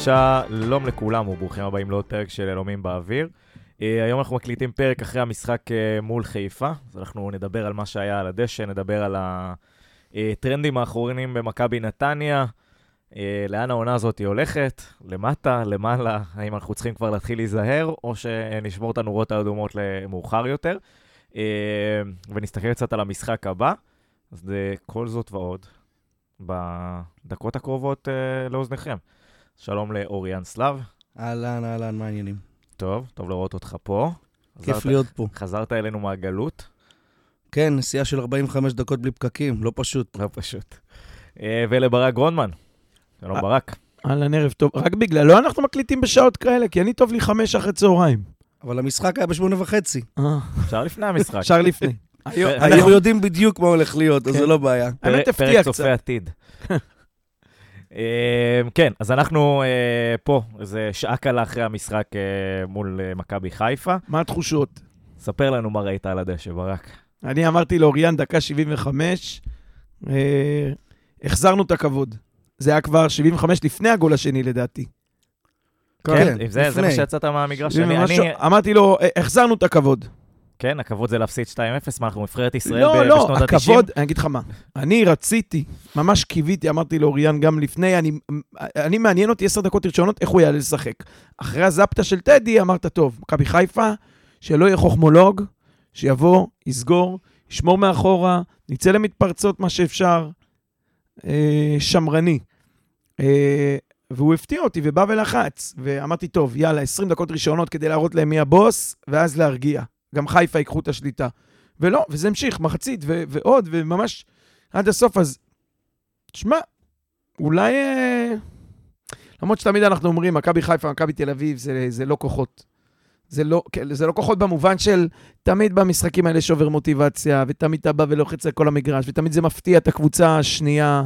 שלום לכולם וברוכים הבאים לעוד פרק של אלומים באוויר. היום אנחנו מקליטים פרק אחרי המשחק מול חיפה, אז אנחנו נדבר על מה שהיה על הדשא, נדבר על הטרנדים האחרונים במכבי נתניה, לאן העונה הזאת היא הולכת, למטה, למעלה, האם אנחנו צריכים כבר להתחיל להיזהר, או שנשבור את הנורות האדומות למאוחר יותר, ונסתכל קצת על המשחק הבא. אז כל זאת ועוד בדקות הקרובות לאוזניכם. שלום לאוריאן סלאב. אהלן, מה העניינים? טוב לראות אותך פה. כיף להיות פה. חזרת אלינו מהגלות. כן, נסיעה של 45 דקות בלי פקקים, לא פשוט. לא פשוט. ולברק גרונדמן. שלום ברק. אהלן, ערב טוב. רק בגללו אנחנו מקליטים בשעות כאלה, כי אני טוב לי 5 אחרי צהריים. אבל המשחק היה ב8:30. אפשר לפני המשחק. אפשר לפני. אנחנו יודעים בדיוק מה הולך להיות, אז זה לא בעיה. פרק צופה עתיד. כן, אז אנחנו פה, זה שעה קלה אחרי המשחק מול מכבי חיפה. מה התחושות? ספר לנו מה ראית על הדשא, ברק. אני אמרתי לאוריאן דקה 75, החזרנו את הכבוד. זה היה כבר 75 לפני הגול השני לדעתי. כן, זה מה שיצאת מהמגרש. אמרתי לו, החזרנו את הכבוד. כן, הכבוד זה להפסיד 2-0, מה אנחנו מפריעת ישראל בשנות ה-90? לא, הכבוד, אני אגיד לך מה, אני רציתי, ממש קיוויתי, אמרתי לאוריאן גם לפני, אני מעניין אותי 10 דקות ראשונות, איך הוא יעלה לשחק. אחרי הזפטה של טדי, אמרת, טוב, מכבי חיפה, שלא יהיה חוכמולוג, שיבוא, יסגור, ישמור מאחורה, ניצא למתפרצות מה שאפשר, שמרני. והוא הפתיע אותי ובא ולחץ, ואמרתי, טוב, יאללה, 20 דקות ראשונות כדי להראות להם מי הבוס, ואז להרגיע. גם חיפה ייקחו את השליטה. ולא, וזה המשיך, מחצית, ועוד, וממש עד הסוף, אז תשמע, אולי, למרות שתמיד אנחנו אומרים, מכבי חיפה, מכבי תל אביב, זה לא כוחות. זה לא כוחות במובן של, תמיד במשחקים האלה שובר מוטיבציה, ותמיד אתה בא ולוחץ על כל המגרש, ותמיד זה מפתיע את הקבוצה השנייה.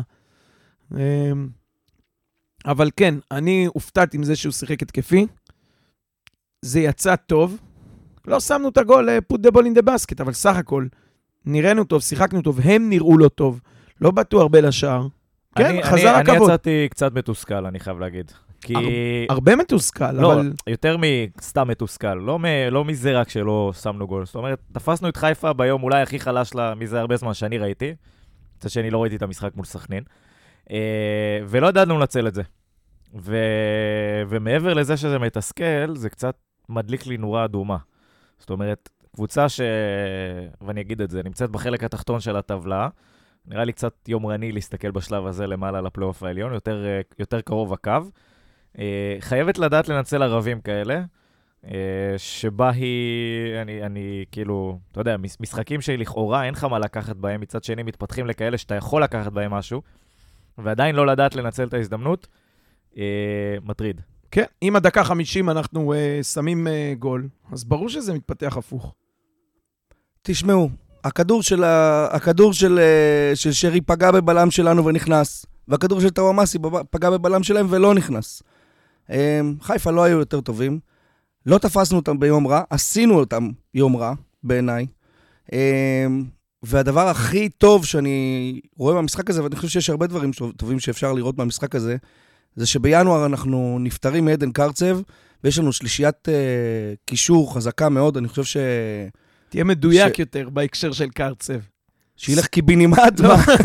אבל כן, אני הופתעתי עם זה שהוא שיחק התקפי. זה יצא טוב. לא שמנו את הגול, put the ball in the basket, אבל סך הכל, נראינו טוב, שיחקנו טוב, הם נראו לא טוב, לא בטו הרבה לשער. כן, חזר הכבוד. אני יצאתי קצת מתוסכל, אני חייב להגיד. הרבה מתוסכל, לא, אבל... יותר מסתם מתוסכל, לא מזה רק שלא שמנו גול. זאת אומרת, תפסנו את חיפה ביום אולי הכי חלש לה, מזה הרבה זמן שאני ראיתי, קצת שאני לא ראיתי את המשחק מול סכנין, ולא ידענו לנצל את זה. ומעבר לזה שזה מתסכל, זה קצת מדליק לי נורה אדומה. זאת אומרת, קבוצה ואני אגיד את זה, נמצאת בחלק התחתון של הטבלה, נראה לי קצת יומרני להסתכל בשלב הזה למעלה לפלייאוף העליון, יותר קרוב הקו. חייבת לדעת לנצל ערבים כאלה, שבה אני כאילו, אתה יודע, משחקים שלכאורה אין לך מה לקחת בהם, מצד שני מתפתחים לכאלה שאתה יכול לקחת בהם משהו, ועדיין לא לדעת לנצל את ההזדמנות, מטריד. כן, אם הדקה 50 אנחנו שמים גול, אז ברור שזה מתפתח הפוך. תשמעו, הכדור של שרי פגע בבלם שלנו ונכנס, והכדור של טוואמאסי פגע בבלם שלהם ולא נכנס. חיפה לא היו יותר טובים, לא תפסנו אותם ביום רע, עשינו אותם יום רע בעיניי, והדבר הכי טוב שאני רואה מהמשחק הזה, ואני חושב שיש הרבה דברים טובים שאפשר לראות מהמשחק הזה, זה שבינואר אנחנו נפטרים מעדן קרצב, ויש לנו שלישיית קישור חזקה מאוד, אני חושב תהיה מדויק יותר בהקשר של קרצב. שילך קיבינימט.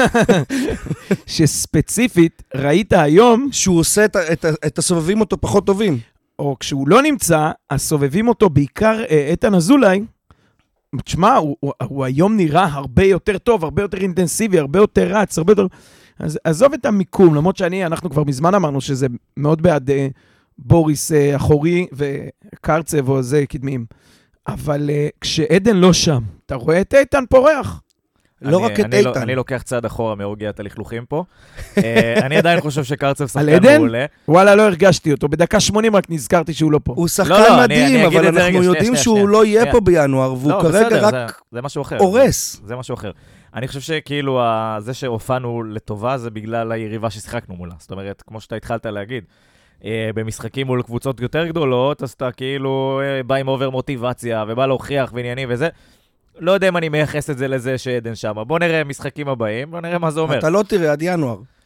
שספציפית, ראית היום... שהוא עושה את הסובבים אותו פחות טובים. או כשהוא לא נמצא, הסובבים אותו בעיקר איתן אזולאי, תשמע, הוא היום נראה הרבה יותר טוב, הרבה יותר אינטנסיבי, הרבה יותר רץ, הרבה יותר... אז עזוב את המיקום, למרות אנחנו כבר מזמן אמרנו שזה מאוד בעד בוריס אחורי וקרצב או זה קדמיים. אבל כשעדן לא שם, אתה רואה את איתן פורח. לא רק את איתן. אני לוקח צעד אחורה מאורגיית הלכלוכים פה. אני עדיין חושב שקרצב שחקן מעולה. וואלה, לא הרגשתי אותו. בדקה 80 רק נזכרתי שהוא לא פה. הוא שחקן מדהים, אבל אנחנו יודעים שהוא לא יהיה פה בינואר, והוא כרגע רק הורס. זה משהו אחר. אני חושב שכאילו זה שהופענו לטובה זה בגלל היריבה ששיחקנו מולה. זאת אומרת, כמו שאתה התחלת להגיד, במשחקים מול קבוצות יותר גדולות, אז אתה כאילו בא עם אובר מוטיבציה ובא להוכיח ועניינים וזה. לא יודע אם אני מייחס את זה לזה שעדן שם. בוא נראה משחקים הבאים, בוא נראה מה זה אומר. אתה לא תראה עד ינואר.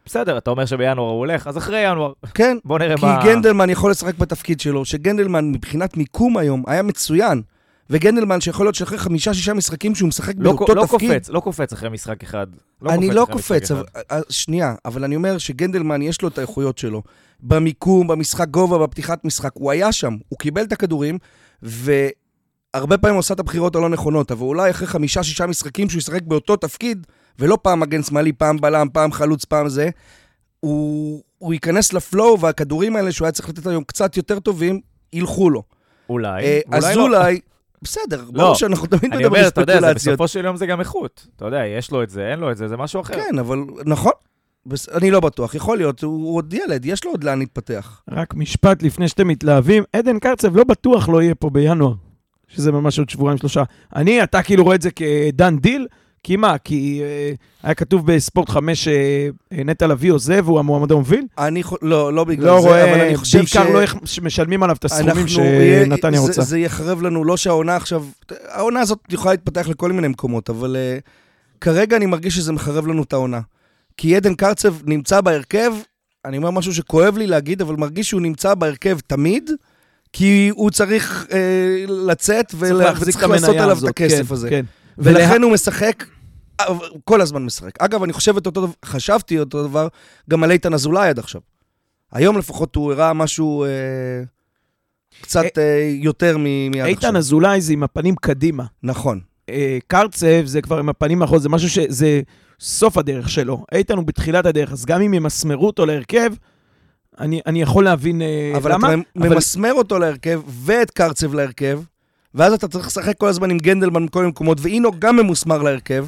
בסדר, אתה אומר שבינואר הוא הולך, אז אחרי ינואר. כן, בוא נראה כי מה... גנדלמן יכול לשחק בתפקיד שלו, שגנדלמן מבחינת מיקום היום היה מצוין, וגנדלמן שיכול להיות שאחרי 5-6 משחקים שהוא משחק באותו תפקיד. לא קופץ אחרי משחק אחד. אני לא קופץ, שנייה, אבל אני אומר שגנדלמן יש לו את האיכויות שלו. במיקום, במשחק גובה, בפתיחת משחק, הוא היה שם, הוא קיבל את הכדורים, והרבה פעמים עושה את הבחירות הלא נכונות, אבל אולי אחרי 5-6 משחקים שהוא ישחק באותו תפקיד, ולא פעם מגן שמאלי, פעם בלם, פעם חלוץ, פעם זה, הוא ייכנס לפלואו, והכדורים האלה שהוא היה צריך לתת היום קצת יותר טובים, ילכו לו. אולי. אז אולי... בסדר, ברור שאנחנו תמיד מדברים ספקולציות. אני אומר, אתה יודע, בסופו של יום זה גם איכות. אתה יודע, יש לו את זה, אין לו את זה, זה משהו אחר. כן, אבל נכון. אני לא בטוח, יכול להיות, הוא עוד ילד, יש לו עוד לאן להתפתח. רק משפט לפני שאתם מתלהבים, עדן קרצב לא בטוח לא יהיה פה בינואר, שזה ממש עוד 2-3 שבועות. אתה כאילו רואה את זה כדן דיל, כי מה? כי היה כתוב בספורט 5 נטע לביא עוזב, הוא המועמד המוביל? לא בגלל זה, אבל אני חושב בעיקר לא איך משלמים עליו את הסכומים שנתניה רוצה. זה יחרב לנו, לא שהעונה עכשיו, העונה הזאת יכולה להתפתח לכל מיני מקומות, אבל כרגע אני מרגיש שזה מחרב לנו את העונה. כי עדן קרצב נמצא בהרכב, אני אומר משהו שכואב לי להגיד, אבל מרגיש שהוא נמצא בהרכב תמיד, כי הוא צריך לצאת וצריך לעשות עליו את הכסף הזה. ולכן הוא משחק, כל הזמן משחק. אגב, אני חשבתי אותו דבר גם על איתן אזולאי עד עכשיו. היום לפחות הוא הראה משהו קצת יותר מעד עכשיו. איתן אזולאי זה עם הפנים קדימה. נכון. קרצב זה כבר עם הפנים אחרות, זה משהו שזה סוף הדרך שלו. איתן הוא בתחילת הדרך, אז גם אם ימסמרו אותו להרכב, אני יכול להבין אבל למה. אבל אתה ממסמר אותו להרכב ואת קרצב להרכב, ואז אתה צריך לשחק כל הזמן עם גנדלמן בכל מקומות, ואינו גם ממוסמר להרכב.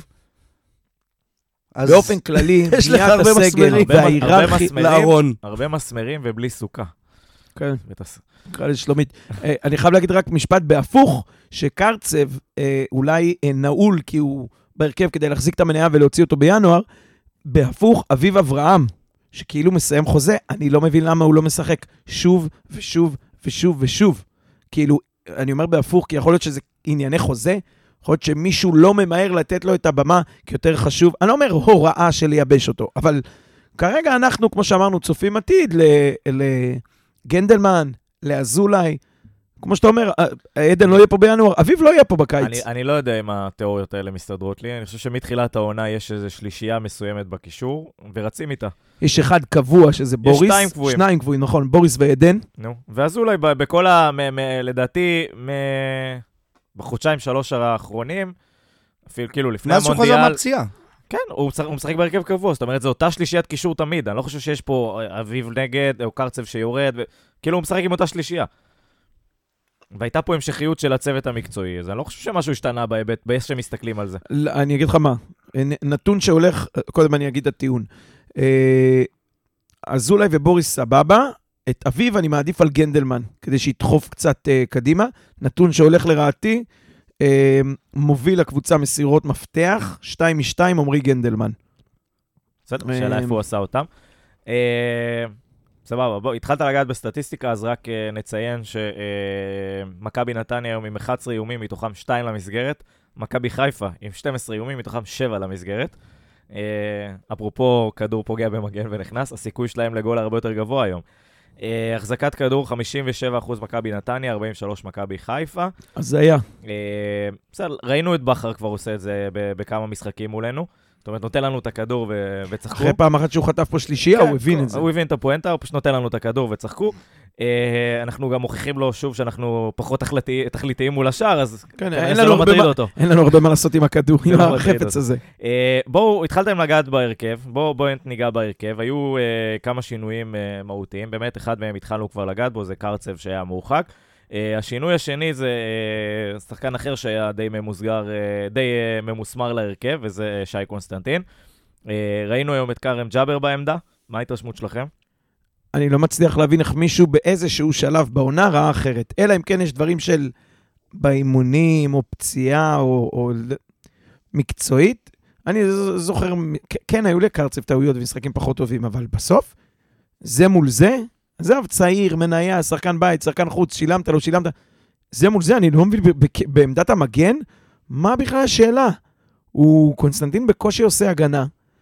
באופן כללי, בניית הסגל וההיררכי לארון. הרבה מסמרים ובלי סוכה. כן. נקרא לשלומית. אני חייב להגיד רק משפט בהפוך, שקרצב אולי נעול, כי הוא בהרכב כדי להחזיק את המניה ולהוציא אותו בינואר, בהפוך אביב אברהם, שכאילו מסיים חוזה, אני לא מבין למה הוא לא משחק שוב ושוב ושוב ושוב. כאילו, אני אומר בהפוך, כי יכול להיות שזה ענייני חוזה, יכול להיות שמישהו לא ממהר לתת לו את הבמה, כי יותר חשוב, אני לא אומר הוראה של לייבש אותו, אבל כרגע אנחנו, כמו שאמרנו, צופים עתיד לגנדלמן, לאזולאי, כמו שאתה אומר, עדן לא יהיה פה בינואר, אביב לא יהיה פה בקיץ. אני לא יודע אם התיאוריות האלה מסתדרות לי, אני חושב שמתחילת העונה יש איזו שלישייה מסוימת בקישור, ורצים איתה. יש אחד קבוע שזה בוריס, שניים קבועים, נכון, בוריס ועדן. נו, ואזולאי בכל לדעתי, בחודשיים 3 האחרונים, אפילו כאילו לפני המונדיאל. מאז שהוא חזר מהפציעה. כן, הוא משחק בהרכב קבוע, זאת אומרת, זו אותה שלישיית קישור תמיד, אני לא חושב שיש פה אביב נגד, או קרצב שיורד, כאילו הוא משחק עם אותה שלישייה. והייתה פה המשכיות של הצוות המקצועי, אז אני לא חושב שמשהו השתנה בהיבט, באיך שמסתכלים על זה. אני אגיד לך מה, נתון שהולך, קודם אני אגיד את הטיעון. אזולאי ובוריס סבבה, את אביב אני מעדיף על גנדלמן, כדי שידחוף קצת קדימה. נתון שהולך לרעתי, מוביל הקבוצה מסירות מפתח, 2-2 עומרי גנדלמן. בסדר, שאלה איפה הוא עשה אותם. סבבה, בוא, התחלת לגעת בסטטיסטיקה, אז רק נציין שמכבי נתניה היום עם 11 איומים, מתוכם 2 למסגרת, מכבי חיפה עם 12 איומים, מתוכם 7 למסגרת. אפרופו כדור פוגע במגן ונכנס, הסיכוי שלהם לגול הרבה יותר גבוה היום. החזקת כדור 57% מכבי נתניה, 43% מכבי חיפה. אז זה היה. בסדר, ראינו את בכר כבר עושה את זה בכמה משחקים מולנו. זאת אומרת, נותן לנו את הכדור וצחקו. אחרי פעם אחת שהוא חטף פה שלישייה, הוא הבין את זה. הוא הבין את הפואנטה, הוא פשוט נותן לנו את הכדור וצחקו. אנחנו גם מוכיחים לו שוב שאנחנו פחות תכליתיים מול השאר, אז זה לא מטריד אותו. אין לנו הרבה מה לעשות עם הכדור, עם החפץ הזה. בואו, התחלתם לגעת בהרכב, בואו ניגע בהרכב. היו כמה שינויים מהותיים, באמת אחד מהם התחלנו כבר לגעת בו, זה קרצב שהיה מורחק. השינוי השני זה שחקן אחר שהיה די ממוסמר להרכב, וזה שי קונסטנטין. ראינו היום את קרם ג'אבר בעמדה, מה ההתרשמות שלכם? אני לא מצליח להבין איך מישהו באיזשהו שלב בעונה ראה אחרת, אלא אם כן יש דברים של באימונים או פציעה או מקצועית. אני זוכר, כן היו לקרצב טעויות ומשחקים פחות טובים, אבל בסוף זה מול זה, עזב, צעיר, מניה, שחקן בית, שחקן חוץ, שילמת, לא שילמת. זה מול זה, אני לא מבין, בעמדת המגן, מה בכלל השאלה? הוא קונסטנטין בקושי עושה הגנה.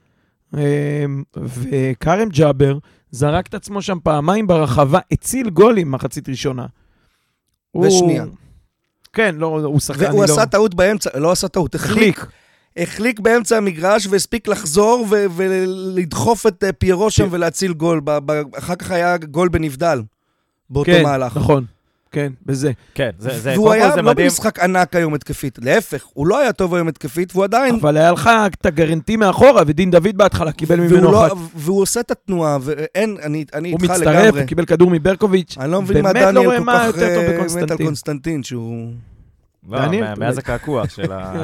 וקרם ג'אבר זרק את עצמו שם פעמיים ברחבה, הציל גולים מחצית ראשונה. ושנייה. כן, לא, הוא שחקן. והוא עשה טעות באמצע, לא עשה טעות, החליק באמצע המגרש והספיק לחזור ולדחוף את פיירו שם ולהציל גול. אחר כך היה גול בנבדל באותו מהלך. כן, נכון. כן, בזה. כן, זה והוא היה לא במשחק ענק היום התקפית, להפך, הוא לא היה טוב היום התקפית, והוא עדיין... אבל היה לך את הגרנטי מאחורה, ודין דוד בהתחלה קיבל ממנו אחת. והוא עושה את התנועה, ואין, אני איתך לגמרי. הוא מצטרף, הוא קיבל כדור מברקוביץ'. אני לא מבין מה דניאל כל כך מת על קונסטנטין, שהוא... לא, מאז הקעקוע של ה...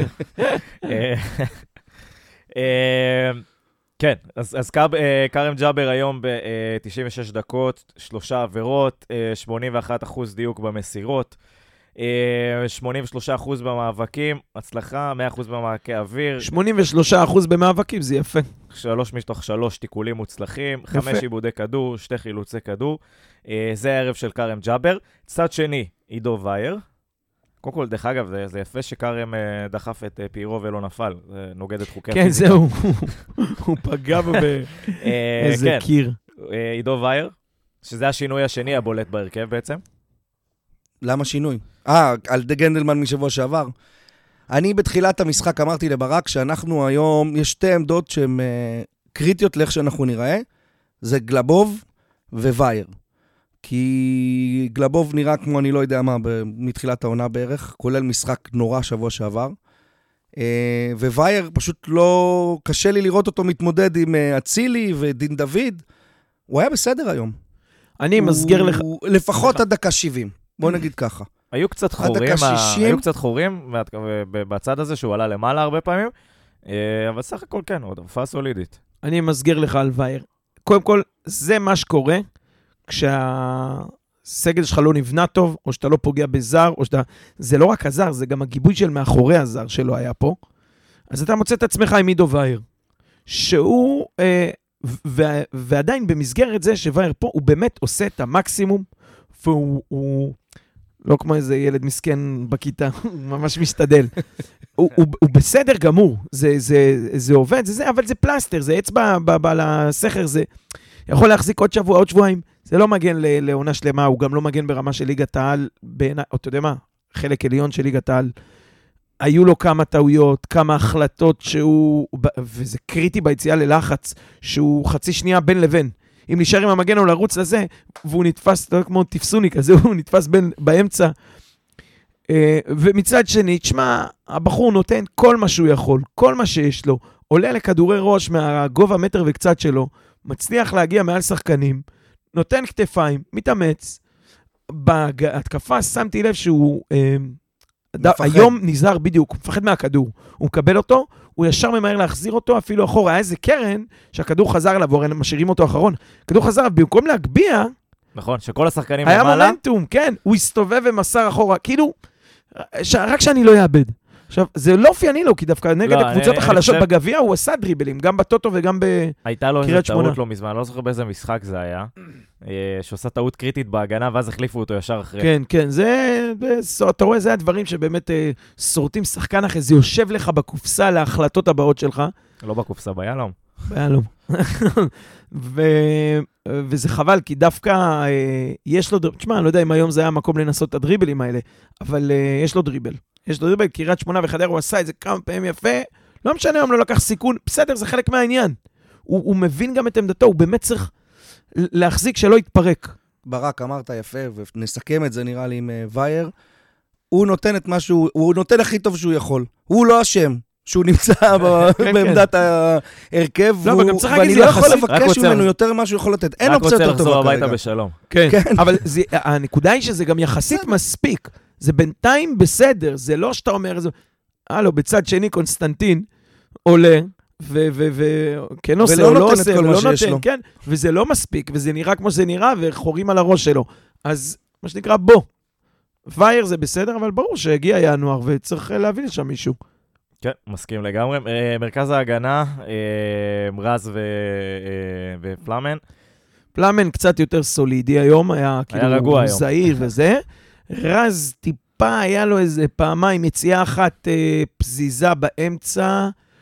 כן, אז קרם ג'אבר היום ב-96 דקות, 3 עבירות, 81% דיוק במסירות, 83% במאבקים, הצלחה, 100% במעקי אוויר. 83% במאבקים, זה יפה. 3 מתוך 3 תיקולים מוצלחים, 5 עיבודי כדור, 2 חילוצי כדור. זה הערב של קרם ג'אבר. צד שני, עידו וייר. קודם כל, דרך אגב, זה יפה שקרם דחף את פיירו ולא נפל. זה נוגד את חוקי הפיזיקה. כן, זהו. הוא פגע באיזה קיר. עידו וייר, שזה השינוי השני הבולט בהרכב בעצם. למה שינוי? על דה גנדלמן משבוע שעבר. אני בתחילת המשחק אמרתי לברק שאנחנו היום, יש 2 עמדות שהן קריטיות לאיך שאנחנו נראה. זה גלבוב ווייר. כי גלבוב נראה כמו אני לא יודע מה, מתחילת העונה בערך, כולל משחק נורא שבוע שעבר. ווייר פשוט לא, קשה לי לראות אותו מתמודד עם אצילי ודין דוד. הוא היה בסדר היום. אני מסגר לך. לפחות עד דקה 70, בוא נגיד ככה. היו קצת חורים בצד הזה שהוא עלה למעלה הרבה פעמים, אבל סך הכל כן, עוד הופעה סולידית. אני מסגר לך על וייר. קודם כל, זה מה שקורה, כשהסגל שלך לא נבנה טוב, או שאתה לא פוגע בזר, או שאתה... זה לא רק הזר, זה גם הגיבוי של מאחורי הזר שלא היה פה. אז אתה מוצא את עצמך עם עידו וייר, שהוא... ועדיין במסגרת זה שוייר פה, הוא באמת עושה את המקסימום, והוא לא כמו איזה ילד מסכן בכיתה, הוא ממש משתדל. הוא בסדר גמור, זה עובד, אבל זה פלסטר, זה אצבע לסכר, זה יכול להחזיק עוד שבוע, עוד שבועיים, זה לא מגן לעונה שלמה, הוא גם לא מגן ברמה של ליגת העל, אתה יודע מה, חלק עליון של ליגת העל, היו לו כמה טעויות, כמה החלטות שהוא, וזה קריטי ביציאה ללחץ, שהוא חצי שנייה בין לבין. אם נשאר עם המגן או לרוץ לזה, והוא נתפס, לא כמו תפסוני כזה, הוא נתפס באמצע. ומצד שני, תשמע, הבחור נותן כל מה שהוא יכול, כל מה שיש לו, עולה לכדורי ראש מהגובה מטר וקצת שלו, מצליח להגיע מעל שחקנים, נותן כתפיים, מתאמץ. בהתקפה שמתי לב שהוא... היום נזהר בדיוק, הוא מפחד מהכדור. הוא מקבל אותו, הוא ישר ממהר להחזיר אותו, אפילו אחורה. היה איזה קרן שהכדור חזר אליו, והרי משאירים אותו אחרון. הכדור חזר, במקום להגביע... נכון, שכל השחקנים היה למעלה... היה מומנטום, כן. הוא הסתובב ומסר אחורה. כאילו, רק שאני לא יאבד. עכשיו, זה לא אופייני לו, כי דווקא נגד הקבוצות החלשות בגביע, הוא עשה דריבלים, גם בטוטו וגם בקריית שמונה. הייתה לו איזה טעות לא מזמן, לא זוכר באיזה משחק זה היה, שעושה טעות קריטית בהגנה, ואז החליפו אותו ישר אחרי. כן, כן, אתה רואה, זה הדברים שבאמת שורטים שחקן אחרי, זה יושב לך בקופסה להחלטות הבאות שלך. לא בקופסה, ביהלום. ביהלום. וזה חבל, כי דווקא יש לו, תשמע, אני לא יודע אם היום זה היה המקום לנסות את הדריבלים האלה, אבל יש לו דריבל. יש לו דריבל, קריית שמונה וחדרה, הוא עשה את זה כמה פעמים יפה, לא משנה, הוא לא לקח סיכון, בסדר, זה חלק מהעניין. הוא מבין גם את עמדתו, הוא באמת צריך להחזיק שלא יתפרק. ברק, אמרת יפה, ונסכם את זה נראה לי עם וייר, הוא נותן את משהו, הוא נותן הכי טוב שהוא יכול. הוא לא אשם שהוא נמצא בעמדת ההרכב, ואני לא יכול לבקש ממנו יותר ממה שהוא יכול לתת. אין אופציה יותר טובה כרגע. רק רוצה לחזור הביתה בשלום. כן, אבל הנקודה היא שזה גם יחסית מספיק. זה בינתיים בסדר, זה לא שאתה אומר, בצד שני קונסטנטין עולה, וכן עושה או לא עושה, ולא נותן, כן, וזה לא מספיק, וזה נראה כמו שזה נראה, וחורים על הראש שלו. אז מה שנקרא, וייר זה בסדר, אבל ברור שהגיע ינואר, וצריך להביא לשם מישהו. כן, מסכים לגמרי. מרכז ההגנה, רז ופלאמן. פלאמן קצת יותר סולידי היום, היה כאילו זהיר וזה. רז טיפה, היה לו איזה פעמיים, יציאה אחת פזיזה באמצע,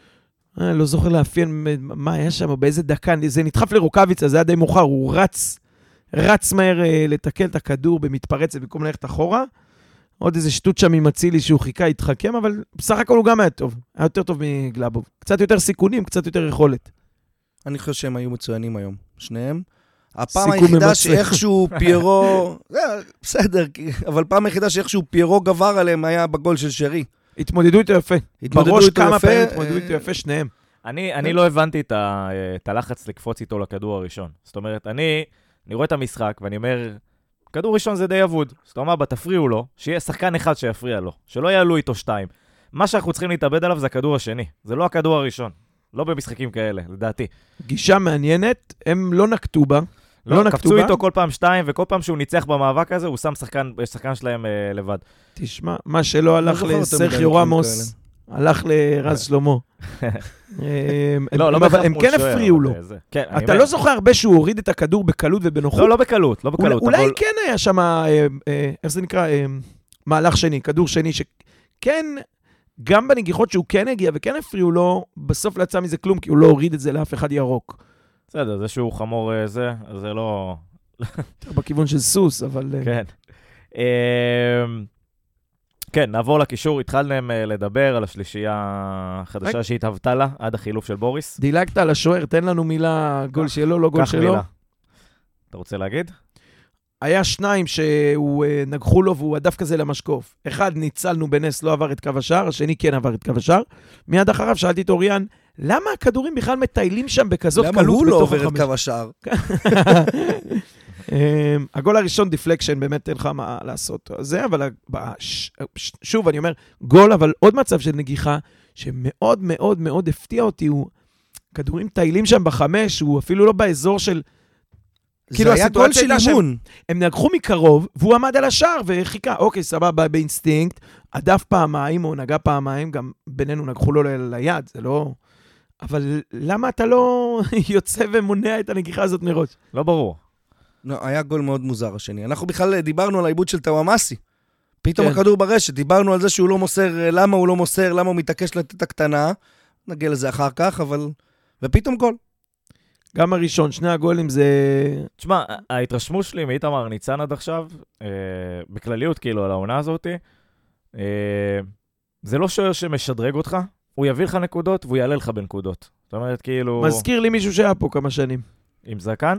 לא זוכר לאפיין מה היה שם, באיזה דקה, זה נדחף לרוקביצה, זה היה די מאוחר, הוא רץ מהר לתקל את הכדור במתפרצת במקום ללכת אחורה, עוד איזה שטות שם עם אצילי שהוא חיכה, התחכם, אבל בסך הכל הוא גם היה טוב, היה יותר טוב מגלאבוב, קצת יותר סיכונים, קצת יותר יכולת. אני חושב שהם היו מצוינים היום, שניהם. הפעם היחידה שאיכשהו פיירו, בסדר, אבל פעם היחידה שאיכשהו פיירו גבר עליהם היה בגול של שרי. התמודדו איתו יפה. בראש כמה פעמים התמודדו איתו יפה שניהם. אני לא הבנתי את הלחץ לקפוץ איתו לכדור הראשון. זאת אומרת, אני רואה את המשחק ואני אומר, כדור ראשון זה די אבוד. זאת אומרת, בתפריעו לו, שיהיה שחקן אחד שיפריע לו, שלא יעלו איתו 2. מה שאנחנו צריכים להתאבד עליו זה הכדור השני. זה לא הכדור הראשון. לא במשחקים כאלה, לדעתי. גישה מעניינת, הם לא נקטו בה. לא קפצו איתו כל פעם 2, וכל פעם שהוא ניצח במאבק הזה, הוא שם שחקן שלהם לבד. תשמע, מה שלא הלך לסרחיו רמוס, הלך לרז שלמה. הם כן הפריעו לו. אתה לא זוכר הרבה שהוא הוריד את הכדור בקלות ובנוחות? לא בקלות. אולי כן היה שם, איך זה נקרא, מהלך שני, כדור שני, שכן, גם בנגיחות שהוא כן הגיע וכן הפריעו לו, בסוף לא יצא מזה כלום, כי הוא לא הוריד את זה לאף אחד ירוק. בסדר, זה שהוא חמור זה, אז זה לא... בכיוון של סוס, אבל... כן. כן, נעבור לקישור. התחלנו לדבר על השלישייה החדשה שהתהוותה לה, עד החילוף של בוריס. דילגת על השוער, תן לנו מילה, גול שלו, לא גול שלו. אתה רוצה להגיד? היה 2 שהוא נגחו לו והוא הדף כזה למשקוף. אחד ניצלנו בנס, לא עבר את קו השער, השני כן עבר את קו השער. מיד אחריו שאלתי את אוריאן, למה הכדורים בכלל מטיילים שם בכזאת קלות? למה הוא לא עובר את קו השער? הגול הראשון דיפלקשן, באמת אין לך מה לעשות. זה, אבל שוב, אני אומר, גול, אבל עוד מצב של נגיחה, שמאוד מאוד מאוד הפתיע אותי, הוא כדורים טיילים שם ב5, הוא אפילו לא באזור של... זה היה גול של אימון. הם נגחו מקרוב, והוא עמד על השער וחיכה. אוקיי, סבבה, באינסטינקט, הדף פעמיים, או נגע פעמיים, גם בינינו נגחו לו ליד, זה לא... אבל למה אתה לא יוצא ומונע את הנגיחה הזאת מראש? לא ברור. לא, היה גול מאוד מוזר השני. אנחנו בכלל דיברנו על העיבוד של טוואמאסי. פתאום הכדור ברשת, דיברנו על זה שהוא לא מוסר, למה הוא לא מוסר, למה הוא מתעקש לתת הקטנה. נגיע לזה אחר כך, אבל... ופתאום גול. גם הראשון, 2 הגולים זה... תשמע, ההתרשמות שלי מאיתמר ניצן עד עכשיו, בכלליות כאילו על העונה הזאת, זה לא שוער שמשדרג אותך, הוא יביא לך נקודות והוא יעלה לך בנקודות. זאת אומרת, כאילו... מזכיר לי מישהו שהיה פה כמה שנים. עם זקן?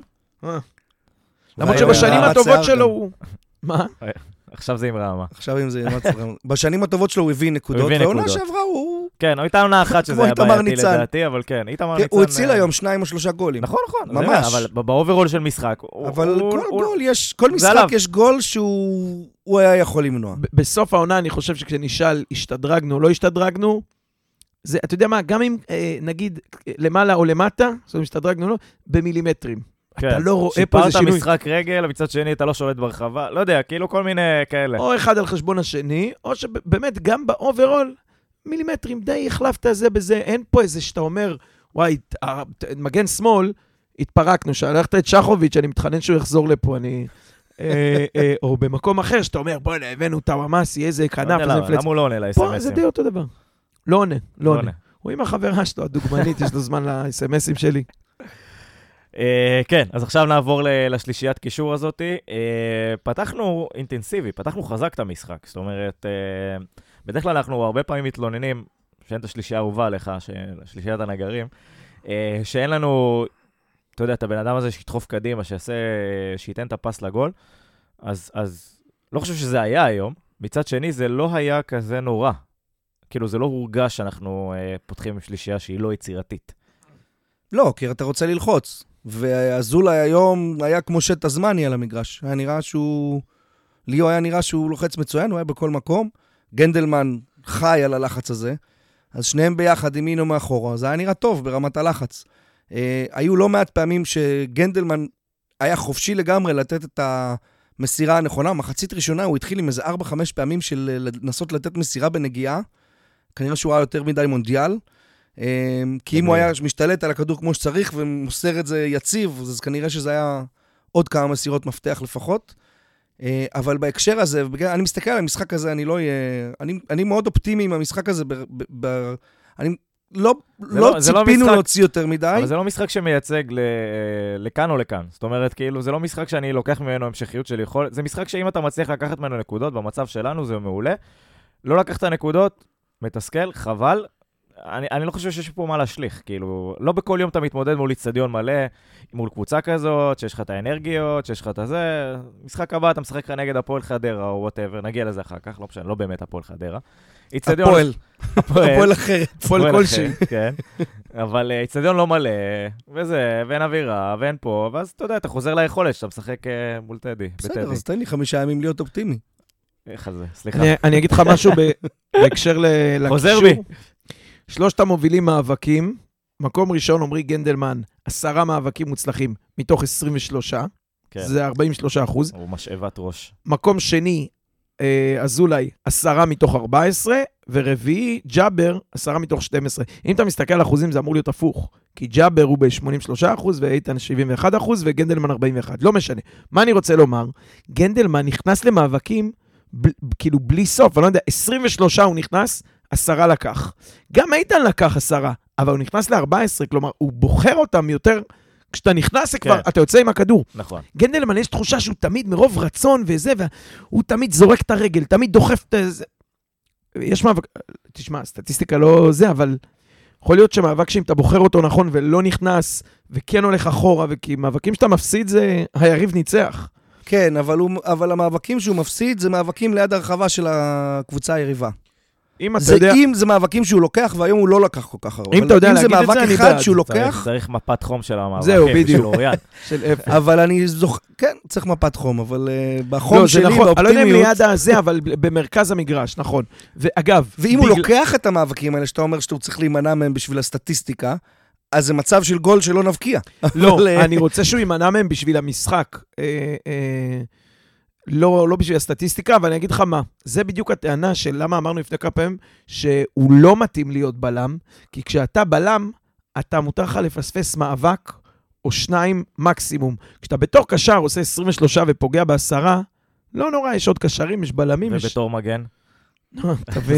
למרות שבשנים הטובות שלו הוא... מה? עכשיו זה עם רמה. עכשיו זה עם רמה. בשנים הטובות שלו הוא הביא נקודות, והעונה שעברה הוא... כן, הייתה עונה אחת שזה היה בעייתי לדעתי, אבל כן, איתמר ניצן... הוא הציל היום 2 או 3 גולים. נכון, ממש. אבל באוברול של משחק... אבל כל משחק יש גול שהוא היה יכול למנוע. בסוף העונה אני חושב שכשנשאל השתדרגנו או לא השתדרגנו, זה, אתה יודע מה, גם אם נגיד למעלה או למטה, זאת אומרת, השתדרגנו לא, במילימטרים. אתה לא רואה פה איזה שינוי. שיפרת משחק רגל, מצד שני אתה לא שולט ברחבה, לא יודע, כאילו כל מיני כאלה. או אחד על חשבון השני, או שבאמת גם באוברול, מילימטרים די החלפת זה בזה, אין פה איזה שאתה אומר, וואי, מגן שמאל, התפרקנו, שהלכת את שחוביץ', אני מתחנן שהוא יחזור לפה, או במקום אחר, שאתה אומר, בואי, הבאנו טוואמאסי, איזה כנף, איזה מפלץ. למה הוא לא עונה ל-SMSים? פה זה די אותו דבר. לא עונה. הוא עם החברה שלו, הדוגמנית, יש לו זמן ל-SMSים שלי. כן, אז עכשיו נעבור לשלישיית קישור הזאת. פתחנו אינטנסיבי, פתחנו חזק את המשחק. זאת אומרת, בדרך כלל אנחנו הרבה פעמים מתלוננים, שאין את השלישייה האהובה עליך, שלישיית הנגרים, שאין לנו, אתה יודע, את הבן אדם הזה שידחוף קדימה, שייתן את הפס לגול. אז לא חושב שזה היה היום. מצד שני, זה לא היה כזה נורא. כאילו, זה לא הורגש שאנחנו פותחים עם שלישייה שהיא לא יצירתית. לא, כי אתה רוצה ללחוץ. והזולה היום היה כמו שט הזמני על המגרש. היה נראה שהוא... ליאו היה נראה שהוא לוחץ מצוין, הוא היה בכל מקום. גנדלמן חי על הלחץ הזה. אז שניהם ביחד, ימינו מאחורה. זה היה נראה טוב ברמת הלחץ. היו לא מעט פעמים שגנדלמן היה חופשי לגמרי לתת את המסירה הנכונה. מחצית ראשונה הוא התחיל עם איזה 4-5 פעמים של לנסות לתת מסירה בנגיעה. כנראה שהוא היה יותר מדי מונדיאל. כי אם הוא היה משתלט על הכדור כמו שצריך ומוסר את זה יציב, אז כנראה שזה היה עוד כמה מסירות מפתח לפחות. אבל בהקשר הזה, אני מסתכל על המשחק הזה, אני מאוד אופטימי עם המשחק הזה. לא ציפינו להוציא יותר מדי. אבל זה לא משחק שמייצג לכאן או לכאן. זאת אומרת, כאילו, זה לא משחק שאני לוקח ממנו המשכיות של יכול... זה משחק שאם אתה מצליח לקחת ממנו נקודות, במצב שלנו זה מעולה. לא לקחת נקודות, מתסכל, חבל. אני לא חושב שיש פה מה להשליך, כאילו, לא בכל יום אתה מתמודד מול אצטדיון מלא, מול קבוצה כזאת, שיש לך את האנרגיות, שיש לך את הזה, משחק הבא אתה משחק לך נגד הפועל חדרה או whatever, נגיע לזה אחר כך, לא משנה, לא באמת הפועל חדרה. הפועל אחרת, הפועל כלשהי. כן, אבל אצטדיון לא מלא, וזה, ואין אווירה, ואין פה, ואז אתה יודע, אתה חוזר ליכולת שאתה משחק מול טדי. בסדר, אז תן לי 5 ימים להיות אופטימי. איך זה, סליחה. אני אגיד לך משהו בהקשר לקישור. חוזר בי. 3 המובילים מאבקים, מקום ראשון, עמרי גנדלמן, 10 מאבקים מוצלחים מתוך 23, כן. זה 43%. הוא משאבת ראש. מקום שני, אזולאי, 10 מתוך 14, ורביעי, ג'אבר, 10 מתוך 12. אם אתה מסתכל על אחוזים, זה אמור להיות הפוך, כי ג'אבר הוא ב-83%, ואיתן 71%, וגנדלמן 41%. לא משנה. מה אני רוצה לומר? גנדלמן נכנס למאבקים, כאילו בלי סוף, אני לא יודע, 23 הוא נכנס, 10 לקח. גם איתן לקח 10, אבל הוא נכנס ל-14, כלומר, הוא בוחר אותם יותר, כשאתה נכנס כבר, אתה יוצא עם הכדור. נכון. גנדלמן, יש תחושה שהוא תמיד מרוב רצון וזה, והוא תמיד זורק את הרגל, תמיד דוחף את זה. יש מאבק, תשמע, סטטיסטיקה לא זה, אבל יכול להיות שמאבק שאם אתה בוחר אותו נכון ולא נכנס, וכן הולך אחורה, וכי מאבקים שאתה מפסיד זה היריב ניצח. כן, אבל המאבקים שהוא מפסיד זה מאבקים ליד הרחבה של הקבוצה היריבה. אם זה מאבקים שהוא לוקח, והיום הוא לא לקח כל כך הרבה. אם אתה יודע להגיד את זה, אני בעד. שהוא לוקח... צריך מפת חום של המאבקים. זהו, בדיוק. אבל אני זוכר... כן, צריך מפת חום, אבל בחום שלי, באופטימיות... אני לא יודע אם ליד הזה, אבל במרכז המגרש, נכון. ואגב... ואם הוא לוקח את המאבקים האלה, שאתה אומר שאתה צריך להימנע מהם בשביל הסטטיסטיקה, אז זה מצב של גול שלא נבקיע. לא, אני רוצה שהוא יימנע מהם בשביל המשחק. לא בשביל הסטטיסטיקה, אבל אני אגיד לך מה, זה בדיוק הטענה של למה אמרנו לפני כמה פעמים, שהוא לא מתאים להיות בלם, כי כשאתה בלם, אתה מותר לך לפספס מאבק, או 2 מקסימום. כשאתה בתור קשר עושה 23 ופוגע ב10, לא נורא, יש עוד קשרים, יש בלמים. ובתור מגן? תבין.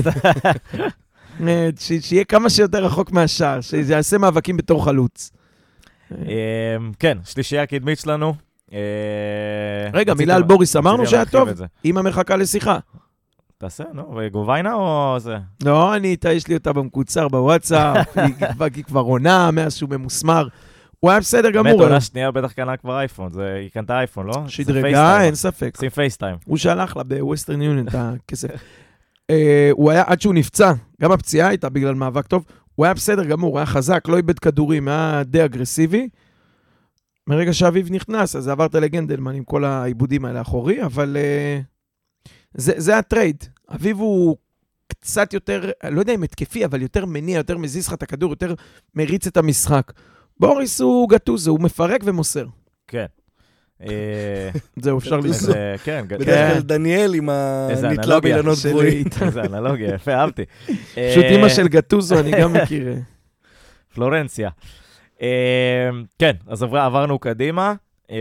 שיהיה כמה שיותר רחוק מהשאר, שיעשה מאבקים בתור חלוץ. כן, שלישייה קדמית שלנו. רגע, מילה על בוריס, אמרנו שהיה טוב, עם המחכה לשיחה. תעשה, נו, וגוביינה או זה? לא, יש לי אותה במקוצר בוואטסאפ, היא כבר עונה, מאז שהוא ממוסמר. הוא היה בסדר גמור. באמת עונה שנייה, בטח קנה כבר אייפון, היא קנתה אייפון, לא? שדרגה, אין ספק. שים פייסטיים. הוא שלח לה בווסטרן יוניון את הכסף. הוא היה, עד שהוא נפצע, גם הפציעה הייתה בגלל מאבק טוב, הוא היה בסדר גמור, הוא היה חזק, לא איבד כדורים, היה די אגרסיבי. מרגע שאביב נכנס, אז עברת לגנדלמן עם כל העיבודים האלה אחורי, אבל זה הטרייד. אביב הוא קצת יותר, לא יודע אם התקפי, אבל יותר מניע, יותר מזיז לך את הכדור, יותר מריץ את המשחק. בוריס הוא גטוזו, הוא מפרק ומוסר. כן. זהו, אפשר לסור. בדרך כלל דניאל עם הנתלה בילנות גבוהים. איזה אנלוגיה, יפה, אהבתי. פשוט אמא של גטוזו, אני גם מכיר. פלורנציה. כן, אז עברנו קדימה.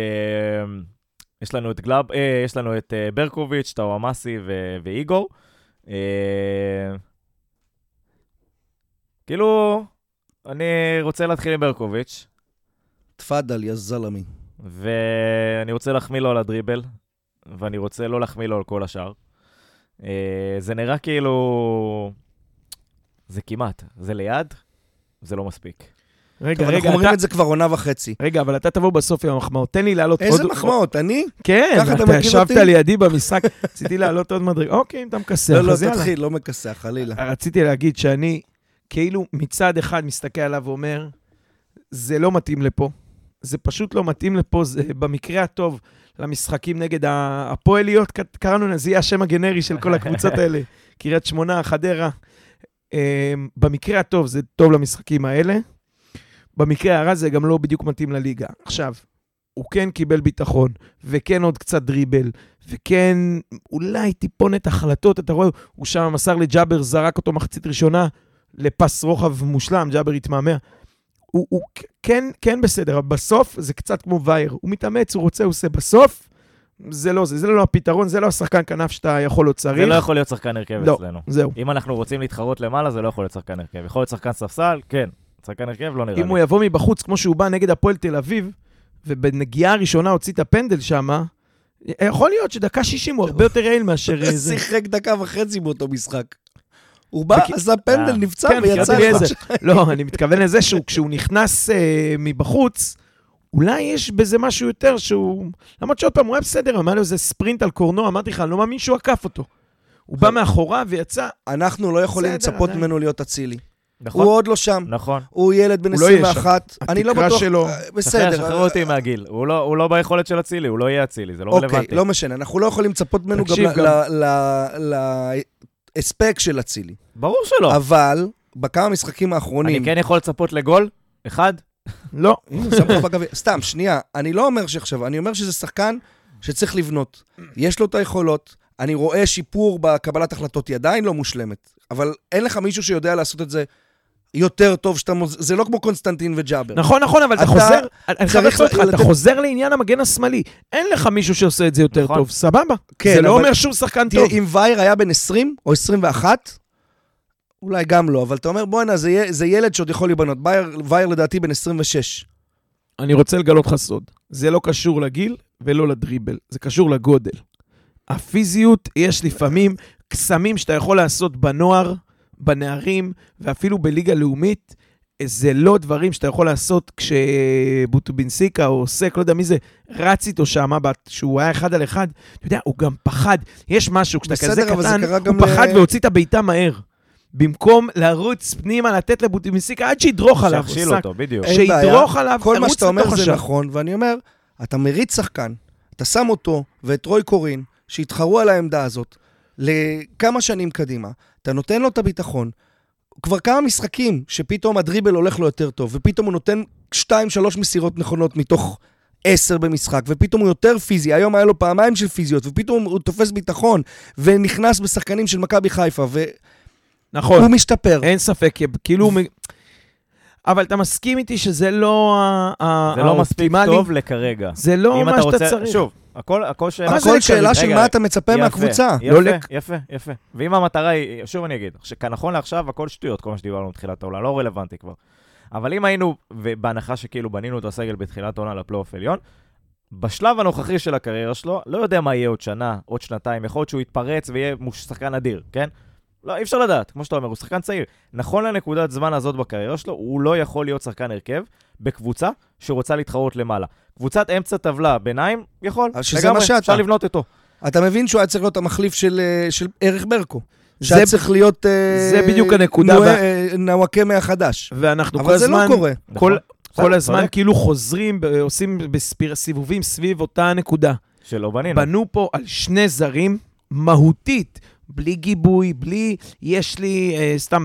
יש לנו את ברקוביץ', טאוואמאסי ואיגור. כאילו, אני רוצה להתחיל עם ברקוביץ'. תפדל, יא זלמי. ואני רוצה להחמיא לו על הדריבל, ואני רוצה לא להחמיא לו על כל השאר. זה נראה כאילו... זה כמעט. זה ליד, זה לא מספיק. רגע, אנחנו אומרים את זה כבר עונה וחצי. רגע, אבל אתה תבוא בסוף עם המחמאות. תן לי לעלות עוד... איזה מחמאות? אני? כן, אתה ישבת לידי במשחק. רציתי לעלות עוד מדרג. אוקיי, אם אתה מקסח, אז יאללה. לא, תתחיל, לא מקסח, חלילה. רציתי להגיד שאני, כאילו, מצד אחד מסתכל עליו ואומר, זה לא מתאים לפה. זה פשוט לא מתאים לפה. זה במקרה הטוב למשחקים נגד הפועליות. קראנו, זה יהיה השם הגנרי של כל הקבוצות האלה. קריית שמונה, חדרה. במקרה הטוב זה טוב למשחקים האלה. במקרה הרע זה גם לא בדיוק מתאים לליגה. עכשיו, הוא כן קיבל ביטחון, וכן עוד קצת דריבל, וכן אולי טיפונת החלטות, אתה רואה, הוא שם מסר לג'אבר, זרק אותו מחצית ראשונה, לפס רוחב מושלם, ג'אבר התמהמה. הוא כן בסדר, אבל בסוף זה קצת כמו וייר. הוא מתאמץ, הוא רוצה, הוא עושה בסוף, זה לא הפתרון, זה לא השחקן כנף שאתה יכול או צריך. זה לא יכול להיות שחקן הרכב לא, אצלנו. זהו. אם אנחנו רוצים להתחרות למעלה, זה לא יכול להיות שחקן הרכב. יכול להיות שחקן ספסל, כן. שחקן הרכב לא נראה לי. אם הוא יבוא מבחוץ, כמו שהוא בא נגד הפועל תל אביב, ובנגיעה הראשונה הוציא את הפנדל שם, יכול להיות שדקה 60 הוא הרבה יותר יעיל מאשר זה. שיחק דקה וחצי באותו משחק. הוא בא, עשה פנדל, נפצע ויצא. לא, אני מתכוון לזה שכשהוא נכנס מבחוץ, אולי יש בזה משהו יותר שהוא... למרות שעוד פעם, הוא היה בסדר, אמר לו איזה ספרינט על קורנו, אמרתי לך, אני לא מאמין שהוא עקף אותו. הוא בא מאחורה ויצא... אנחנו לא יכולים לצפות ממנו להיות אצילי. נכון. הוא עוד לא שם. נכון. הוא ילד בן 21. אני לא בטוח... בסדר. שחררו אותי מהגיל. הוא לא ביכולת של אצילי, הוא לא יהיה אצילי, זה לא רלוונטי. אוקיי, לא משנה. אנחנו לא יכולים לצפות ממנו גם להספק של אצילי. ברור שלא. אבל, בכמה משחקים האחרונים... אני כן יכול לצפות לגול? אחד? לא. סתם, שנייה. אני לא אומר שעכשיו, אני אומר שזה שחקן שצריך לבנות. יש לו את היכולות. אני רואה שיפור בקבלת החלטות, היא עדיין לא מושלמת. אבל אין לך מישהו שיודע לעשות את זה יותר טוב, זה לא כמו קונסטנטין וג'אבר. נכון, אבל אתה חוזר לעניין המגן השמאלי. אין לך מישהו שעושה את זה יותר טוב, סבבה. זה לא אומר שום שחקן טוב. אם וייר היה בן 20 או 21, אולי גם לא, אבל אתה אומר, בוא'נה, זה ילד שעוד יכול להיבנות. וייר לדעתי בן 26. אני רוצה לגלות לך סוד. זה לא קשור לגיל ולא לדריבל. זה קשור לגודל. הפיזיות, יש לפעמים קסמים שאתה יכול לעשות בנוער, בנערים, ואפילו בליגה לאומית, זה לא דברים שאתה יכול לעשות כשבוטובינסיקה או סק, לא יודע מי זה, רץ איתו שם, שהוא היה 1 על 1, אתה יודע, הוא גם פחד. יש משהו, כשאתה כזה קטן, הוא פחד והוציא את הביתה מהר. במקום לרוץ פנימה, לתת לבוטובינסיקה, עד שידרוך עליו. שכשיל אותו, בדיוק. שידרוך עליו, כל מה שאתה אומר זה נכון, ואני אומר, אתה מריץ שחקן, אתה שם אותו ואת רוי קורין, שהתחרו על העמדה הזאת, לכמה שנים קדימה, אתה נותן לו את הביטחון, כבר כמה משחקים שפתאום הדריבל הולך לו יותר טוב, ופתאום הוא נותן 2-3 מסירות נכונות מתוך 10 במשחק, ופתאום הוא יותר פיזי, היום היה לו פעמיים של פיזיות, ופתאום הוא תופס ביטחון, ונכנס בשחקנים של מכבי חיפה, נכון. והוא משתפר. אין ספק, כאילו... אבל אתה מסכים איתי שזה לא האופטימלי. זה לא מספיק טוב לכרגע. זה לא מה שאתה צריך. שוב, הכל שאלה של מה אתה מצפה מהקבוצה. יפה. ואם המטרה היא, שוב אני אגיד, שכנכון לעכשיו הכל שטויות, כל מה שדיברנו בתחילת העונה, לא רלוונטי כבר. אבל אם היינו, ובהנחה שכאילו בנינו את הסגל בתחילת העונה לפלייאוף עליון, בשלב הנוכחי של הקריירה שלו, לא יודע מה יהיה עוד שנה, עוד שנתיים, יכול להיות שהוא יתפרץ ויהיה שחקן אדיר, כן? לא, אי אפשר לדעת, כמו שאתה אומר, הוא שחקן צעיר. נכון לנקודת זמן הזאת בקריירה שלו, הוא לא יכול להיות שחקן הרכב בקבוצה שרוצה להתחרות למעלה. קבוצת אמצע טבלה, ביניים, יכול. לגמרי, אפשר לבנות אותו. אתה מבין שהוא היה צריך להיות המחליף של ערך ברקו. שהיה צריך להיות... זה בדיוק הנקודה. נוואקה מהחדש. ואנחנו אבל זה לא קורה. כל הזמן כאילו חוזרים, עושים סיבובים סביב אותה נקודה. שלא בנינו. בנו פה על שני זרים מהותית. בלי גיבוי, בלי, יש לי,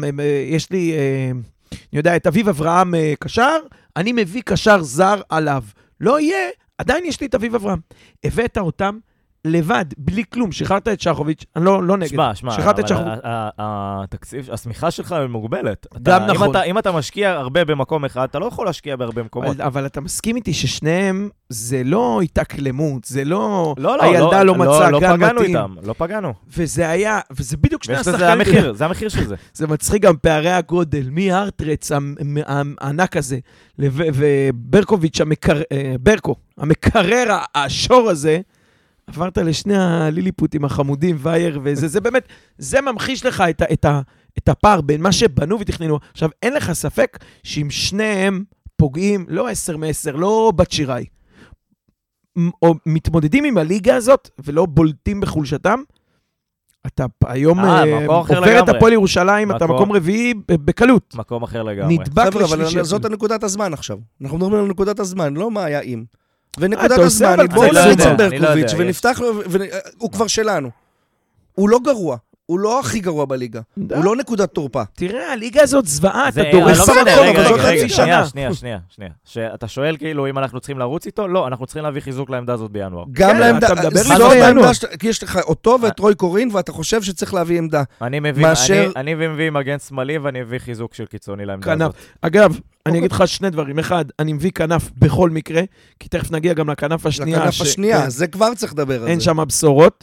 אני יודע, את אביב אברהם קשר, אני מביא קשר זר עליו. לא יהיה, עדיין יש לי את אביב אברהם. הבאת אותם לבד, בלי כלום, שחררת את שחוביץ', אני לא נגד. שמע, התקציב, הסמיכה שלך היא מוגבלת. גם נכון. אם אתה משקיע הרבה במקום אחד, אתה לא יכול להשקיע בהרבה מקומות. אבל אתה מסכים איתי ששניהם, זה לא התאקלמות, זה לא, הילדה לא מצאה גן מתאים. לא פגענו. וזה היה, וזה בדיוק שני השחקנים. זה המחיר של זה. זה מצחיק גם פערי הגודל, מהארטרץ הענק הזה, וברקוביץ' ברקו, המקרר השור הזה, עברת לשני הליליפוטים החמודים, וייר וזה, זה באמת, זה ממחיש לך את הפער בין מה שבנו ותכננו. עכשיו, אין לך ספק שאם שניהם פוגעים, לא 10 מ-10, לא בת שיראי, או מתמודדים עם הליגה הזאת, ולא בולטים בחולשתם, אתה היום עובר את הפועל ירושלים, אתה מקום רביעי בקלות. מקום אחר לגמרי. נדבק לשלישי. אבל זאת הנקודת הזמן עכשיו. אנחנו מדברים על נקודת הזמן, לא מה היה אם. ונקודת הזמן, בואו נריץ עם ברקוביץ' ונפתח לו, הוא כבר שלנו. הוא לא גרוע. הוא לא הכי גרוע בליגה. הוא לא נקודת תורפה. תראה, הליגה הזאת זוועה, אתה דורס במקום, אבל זו חצי שנה. שנייה. שאתה שואל כאילו אם אנחנו צריכים לרוץ איתו? לא, אנחנו צריכים להביא חיזוק לעמדה הזאת בינואר. גם לעמדה, זאת העמדה, כי יש לך אותו ואת רוי קורין, ואתה חושב שצריך להביא עמדה. אני מביא מגן שמאלי, ואני מביא חיזוק של קיצוני לעמדה הזאת. אגב, אני אגיד לך שני דברים. אחד, אני מביא כנף בכל מקרה, כי תכף נגיע גם לכנף השנייה. לכנף השנייה, זה כבר צריך לדבר על זה. אין שם בשורות.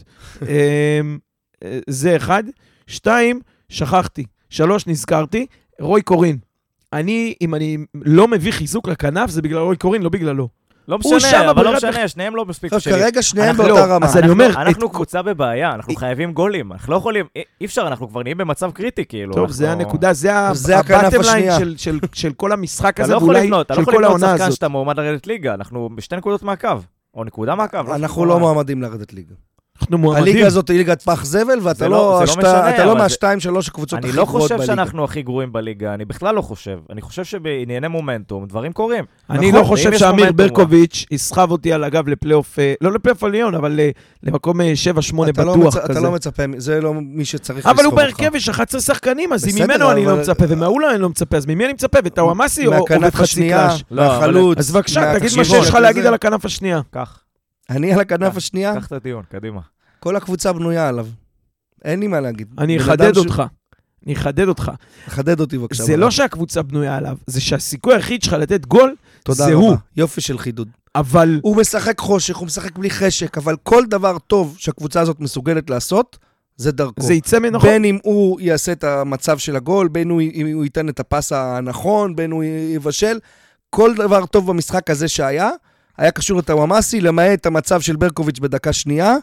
זה אחד. 2, שכחתי. 3, נזכרתי. רוי קורין. אם אני לא מביא חיזוק לכנף, זה בגלל רוי קורין, לא בגללו. לא משנה, אבל לא משנה, שניהם לא מספיק שלי. כרגע שניהם באותה רמה. אז אני אומר... אנחנו קבוצה בבעיה, אנחנו חייבים גולים. אנחנו לא יכולים, אי אפשר, אנחנו כבר נהיים במצב קריטי, כאילו. טוב, זה הנקודה, זה הבטם ליין של כל המשחק הזה, ואולי של כל העונה הזאת. אתה לא יכול לבנות שחקן שאתה מועמד לרדת ליגה, אנחנו בשתי נקודות מעקב, או נקודה מעקב. אנחנו לא מועמדים לרדת ליגה. אנחנו מועמדים. הליגה הזאת היא ליגת פח זבל, ואתה לא מה-2-3 הקבוצות הכי גרועות בליגה. אני לא חושב שאנחנו הכי גרועים בליגה, אני בכלל לא חושב. אני חושב שבענייני מומנטום, דברים קורים. אני לא חושב שאמיר ברקוביץ' יסחב אותי על הגב לפלייאוף, לא לפלייאוף עליון, אבל למקום 7-8 בטוח כזה. אתה לא מצפה, זה לא מי שצריך לסחוב אותך. אבל הוא בהרכב יש 11 שחקנים, אז אם ממנו אני לא מצפה, ומהאולו אני לא מצפה, אז ממי אני מצפה? וטאוואמאסי או בחצי קלאש? מהחלוץ. אז בבקשה, תגיד מה שיש לך להגיד על הכנף השנייה. אני על הכנף השנייה? קח את הדיון, קדימה. כל הקבוצה בנויה עליו. אין לי מה להגיד. אני אחדד אותך. חדד אותי בבקשה. זה לא שהקבוצה בנויה עליו, זה שהסיכוי היחיד שלך לתת גול, זה הוא. יופי של חידוד. אבל... הוא משחק חושך, הוא משחק בלי חשק, אבל כל דבר טוב שהקבוצה הזאת מסוגלת לעשות, זה דרכו. זה יצא מנכון. בין אם הוא יעשה את המצב של הגול, בין אם הוא ייתן את הפס הנכון, בין הוא יבשל, כל דבר טוב במשחק הזה שהיה, היה קשור לטאוואמאסי, למעט המצב של ברקוביץ' בדקה שנייה,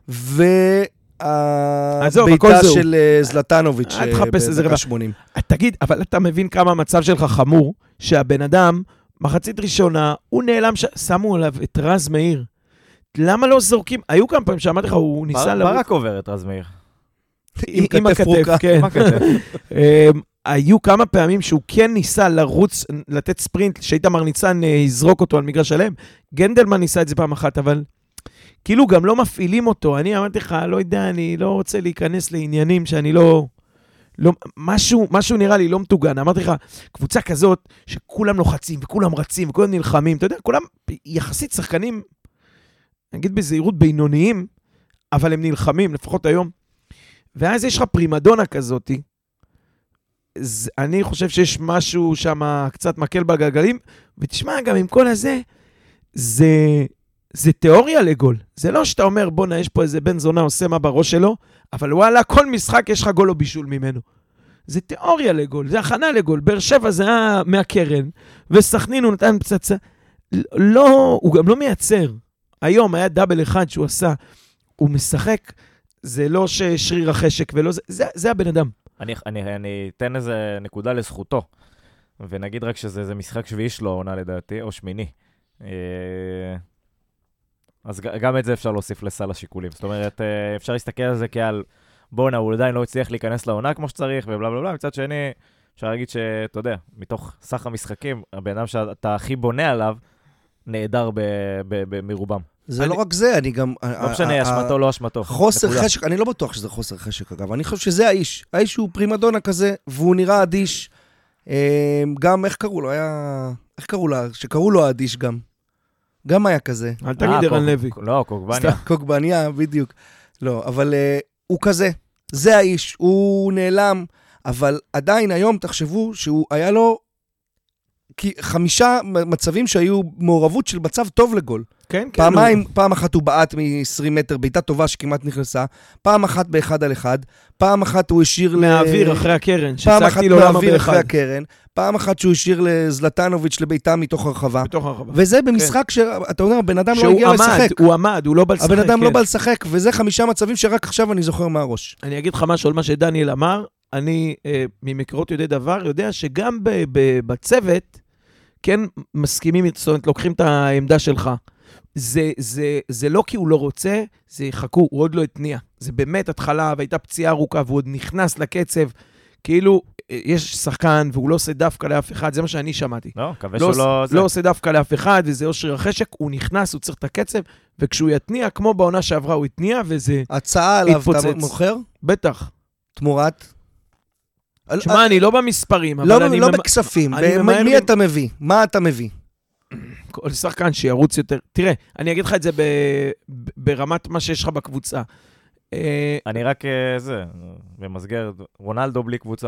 והביתה של זלטנוביץ' בדקה 80. תגיד, אבל אתה מבין כמה המצב שלך חמור, שהבן אדם, מחצית ראשונה, הוא נעלם, שמו עליו את רז מאיר. למה לא זורקים? היו כמה פעמים שאמרתי לך, הוא ניסה... ברק עובר את רז מאיר. עם כתף פרוקה. כן. היו כמה פעמים שהוא כן ניסה לרוץ, לתת ספרינט, שאיתמר ניצן יזרוק אותו על מגרש שלם. גנדלמן ניסה את זה פעם אחת, אבל... כאילו גם לא מפעילים אותו. אני אמרתי לך, לא יודע, אני לא רוצה להיכנס לעניינים שאני לא משהו נראה לי לא מתוגן. אמרתי לך, קבוצה כזאת שכולם לוחצים וכולם רצים וכולם נלחמים, אתה יודע, כולם יחסית שחקנים, נגיד בזהירות בינוניים, אבל הם נלחמים, לפחות היום. ואז יש לך פרימדונה כזאת, אני חושב שיש משהו שם קצת מקל בגלגלים, ותשמע, גם עם כל הזה, זה תיאוריה לגול. זה לא שאתה אומר, בוא יש פה איזה בן זונה עושה מה בראש שלו, אבל וואלה, כל משחק יש לך גול או בישול ממנו. זה תיאוריה לגול, זה הכנה לגול. באר שבע זה היה מהקרן, וסכנין הוא נתן פצצה. לא, הוא גם לא מייצר. היום היה דאבל אחד שהוא עשה, הוא משחק, זה לא ששריר החשק ולא זה הבן אדם. אני אתן איזה נקודה לזכותו, ונגיד רק שזה משחק שביעי שלו, עונה לדעתי, או שמיני. אז גם את זה אפשר להוסיף לסל השיקולים. זאת אומרת, אפשר להסתכל על זה כעל, בונה, הוא עדיין לא הצליח להיכנס לעונה כמו שצריך, ובלה בלה בלה. מצד שני, אפשר להגיד שאתה יודע, מתוך סך המשחקים, הבן אדם שאתה הכי בונה עליו, נהדר מרובם. זה לא רק זה, אני גם... לא משנה, אשמתו, לא אשמתו. חוסר חשק, אני לא בטוח שזה חוסר חשק, אגב. אני חושב שזה האיש. האיש הוא פרימדונה כזה, והוא נראה אדיש. גם, איך קראו לו? איך קראו לו? שקראו לו אדיש גם. גם היה כזה. אל תגיד ערן לוי. לא, קוגבניה. קוגבניה, בדיוק. לא, אבל הוא כזה. זה האיש. הוא נעלם, אבל עדיין היום תחשבו שהוא היה לו 5 מצבים שהיו מעורבות של מצב טוב לגול. כן, כן. פעמיים, פעם אחת הוא בעט מ-20 מטר, בעיטה טובה שכמעט נכנסה, פעם אחת באחד על אחד, פעם אחת הוא השאיר מהאוויר אחרי הקרן, פעם אחת מהאוויר אחרי הקרן, פעם אחת שהוא השאיר לזלטנוביץ' לביתה מתוך הרחבה. וזה במשחק שאתה אומר, הבן אדם לא הגיע לשחק. הוא עמד, הוא לא בא לשחק. הבן אדם לא בא לשחק, וזה 5 מצבים שרק עכשיו אני זוכר מהראש. אני אגיד לך משהו על מה שדניאל אמר, אני ממקורות יודעי דבר, יודע שגם בצוות, כן מסכימים, זאת אומרת, לוקחים את העמדה שלך. זה לא כי הוא לא רוצה, זה חכו, הוא עוד לא התניע. זה באמת התחלה, והייתה פציעה ארוכה, והוא עוד נכנס לקצב, כאילו יש שחקן, והוא לא עושה דווקא לאף אחד, זה מה שאני שמעתי. לא, מקווה שהוא לא... לא עושה דווקא לאף אחד, וזה אושר החשק, הוא נכנס, הוא צריך את הקצב, וכשהוא יתניע, כמו בעונה שעברה, הוא התניע, וזה הצעה עליו, אתה מוכר? בטח. תמורת? תשמע, אני לא במספרים, אבל אני... לא בכספים, מי אתה מביא? מה אתה מביא? כל שחקן שירוץ יותר. תראה, אני אגיד לך את זה ברמת מה שיש לך בקבוצה. אני רק במסגר, רונלדו בלי קבוצה.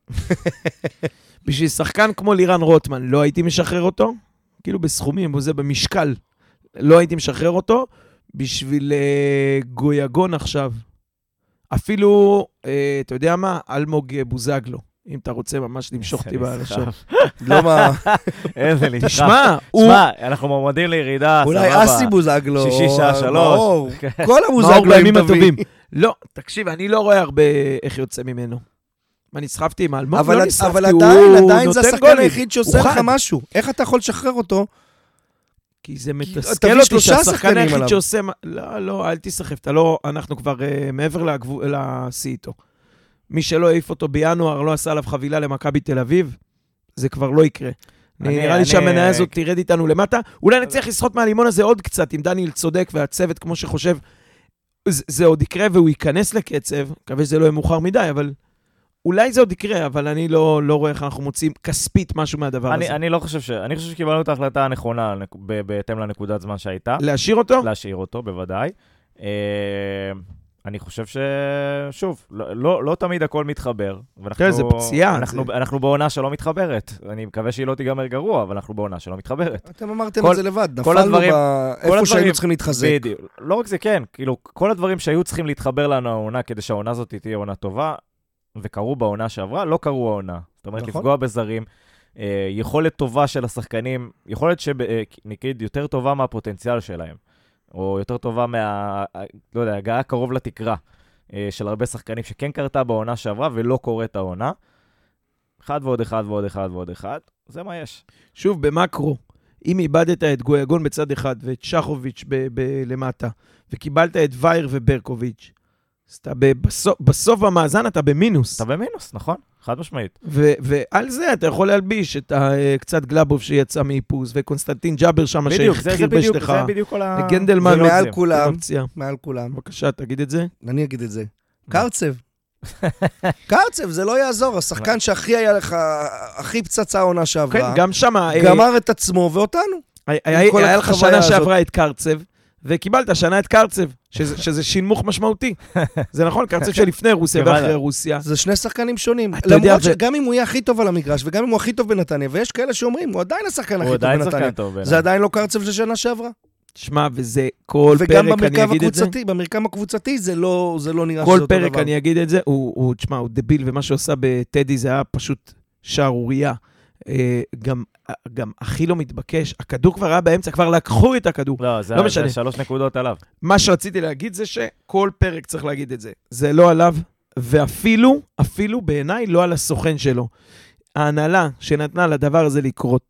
בשביל שחקן כמו לירן רוטמן, לא הייתי משחרר אותו, כאילו בסכומים, וזה במשקל, לא הייתי משחרר אותו, בשביל גויגון עכשיו. אפילו, אתה יודע מה? אלמוג בוזגלו. אם אתה רוצה ממש למשוך אותי בלשון. לא מה... איזה נשחק. תשמע, אנחנו מועמדים לירידה, אולי אסי בוזגלו. שישי שעה 3. כל הבוזגלוים טובים. לא, תקשיב, אני לא רואה הרבה איך יוצא ממנו. מה, נסחפתי עם אלמוג? אבל לא נסחפתי, עדיין זה השחקן היחיד שעושה לך משהו. איך אתה יכול לשחרר אותו? כי זה מתסכל אותי שהשחקן היחיד שעושה... לא, אל תסחף, אנחנו כבר מעבר לשיא איתו. מי שלא העיף אותו בינואר, לא עשה עליו חבילה למכבי תל אביב, זה כבר לא יקרה. נראה לי שהמניה הזאת תרד איתנו למטה. אולי נצליח לשחות מהלימון הזה עוד קצת, אם דניאל צודק והצוות כמו שחושב, זה עוד יקרה והוא ייכנס לקצב, מקווה שזה לא יהיה מאוחר מדי, אבל אולי זה עוד יקרה, אבל אני לא רואה איך אנחנו מוצאים כספית משהו מהדבר הזה. אני לא חושב אני חושב שקיבלנו את ההחלטה הנכונה, בהתאם לנקודת זמן שהייתה. להשאיר אותו? להשאיר אותו, בוודאי. אני חושב שוב, לא תמיד הכל מתחבר. זה פציעה. אנחנו בעונה שלא מתחברת. אני מקווה שהיא לא תיגמר גרוע, אבל אנחנו בעונה שלא מתחברת. אתם אמרתם את זה לבד, נפלנו איפה שהיינו צריכים להתחזק. לא רק זה, כן, כאילו, כל הדברים שהיו צריכים להתחבר לנו העונה, כדי שהעונה הזאת תהיה עונה טובה, וקרו בעונה שעברה, לא קרו העונה. זאת אומרת, לפגוע בזרים, יכולת טובה של השחקנים, יכולת שנקראת יותר טובה מהפוטנציאל שלהם. או יותר טובה לא יודע, הגעה קרוב לתקרה של הרבה שחקנים שכן קרתה בעונה שעברה ולא קורית העונה. 1 ועוד 1 ועוד 1 ועוד 1, זה מה יש. שוב, במקרו, אם איבדת את גויגון בצד אחד ואת שחוביץ' למטה, וקיבלת את וייר וברקוביץ', בסוף המאזן אתה במינוס. אתה במינוס, נכון? חד משמעית. ועל זה אתה יכול להלביש את קצת גלאבוב שיצא מאיפוס, וקונסטנטין ג'אבר שם שחירבש לך. זה בדיוק כל ה... וגנדלמן. מעל כולם. בבקשה, תגיד את זה. אני אגיד את זה. קרצב. קרצב, זה לא יעזור. השחקן שהכי היה לך, הכי פצצה העונה שעברה. כן, גם שם... גמר את עצמו ואותנו. היה לך שנה שעברה את קרצב, וקיבלת שנה את קרצב, שזה שינמוך משמעותי. זה נכון, קרצב שלפני רוסיה ואחרי רוסיה. זה שני שחקנים שונים. למרות שגם אם הוא יהיה הכי טוב על המגרש, וגם אם הוא הכי טוב בנתניה, ויש כאלה שאומרים, הוא עדיין השחקן הכי טוב בנתניה. זה עדיין לא קרצב של שנה שעברה. תשמע, וזה כל פרק אני אגיד את זה. וגם במרקם הקבוצתי זה לא נראה כל פרק אני אגיד את זה. תשמע, הוא דביל, ומה שעושה בטדי זה היה פשוט שערורייה. גם הכי לא מתבקש, הכדור כבר היה באמצע, כבר לקחו את הכדור. לא, זה 3 נקודות עליו. מה שרציתי להגיד זה שכל פרק צריך להגיד את זה. זה לא עליו, ואפילו בעיניי לא על הסוכן שלו. ההנהלה שנתנה לדבר הזה לקרות,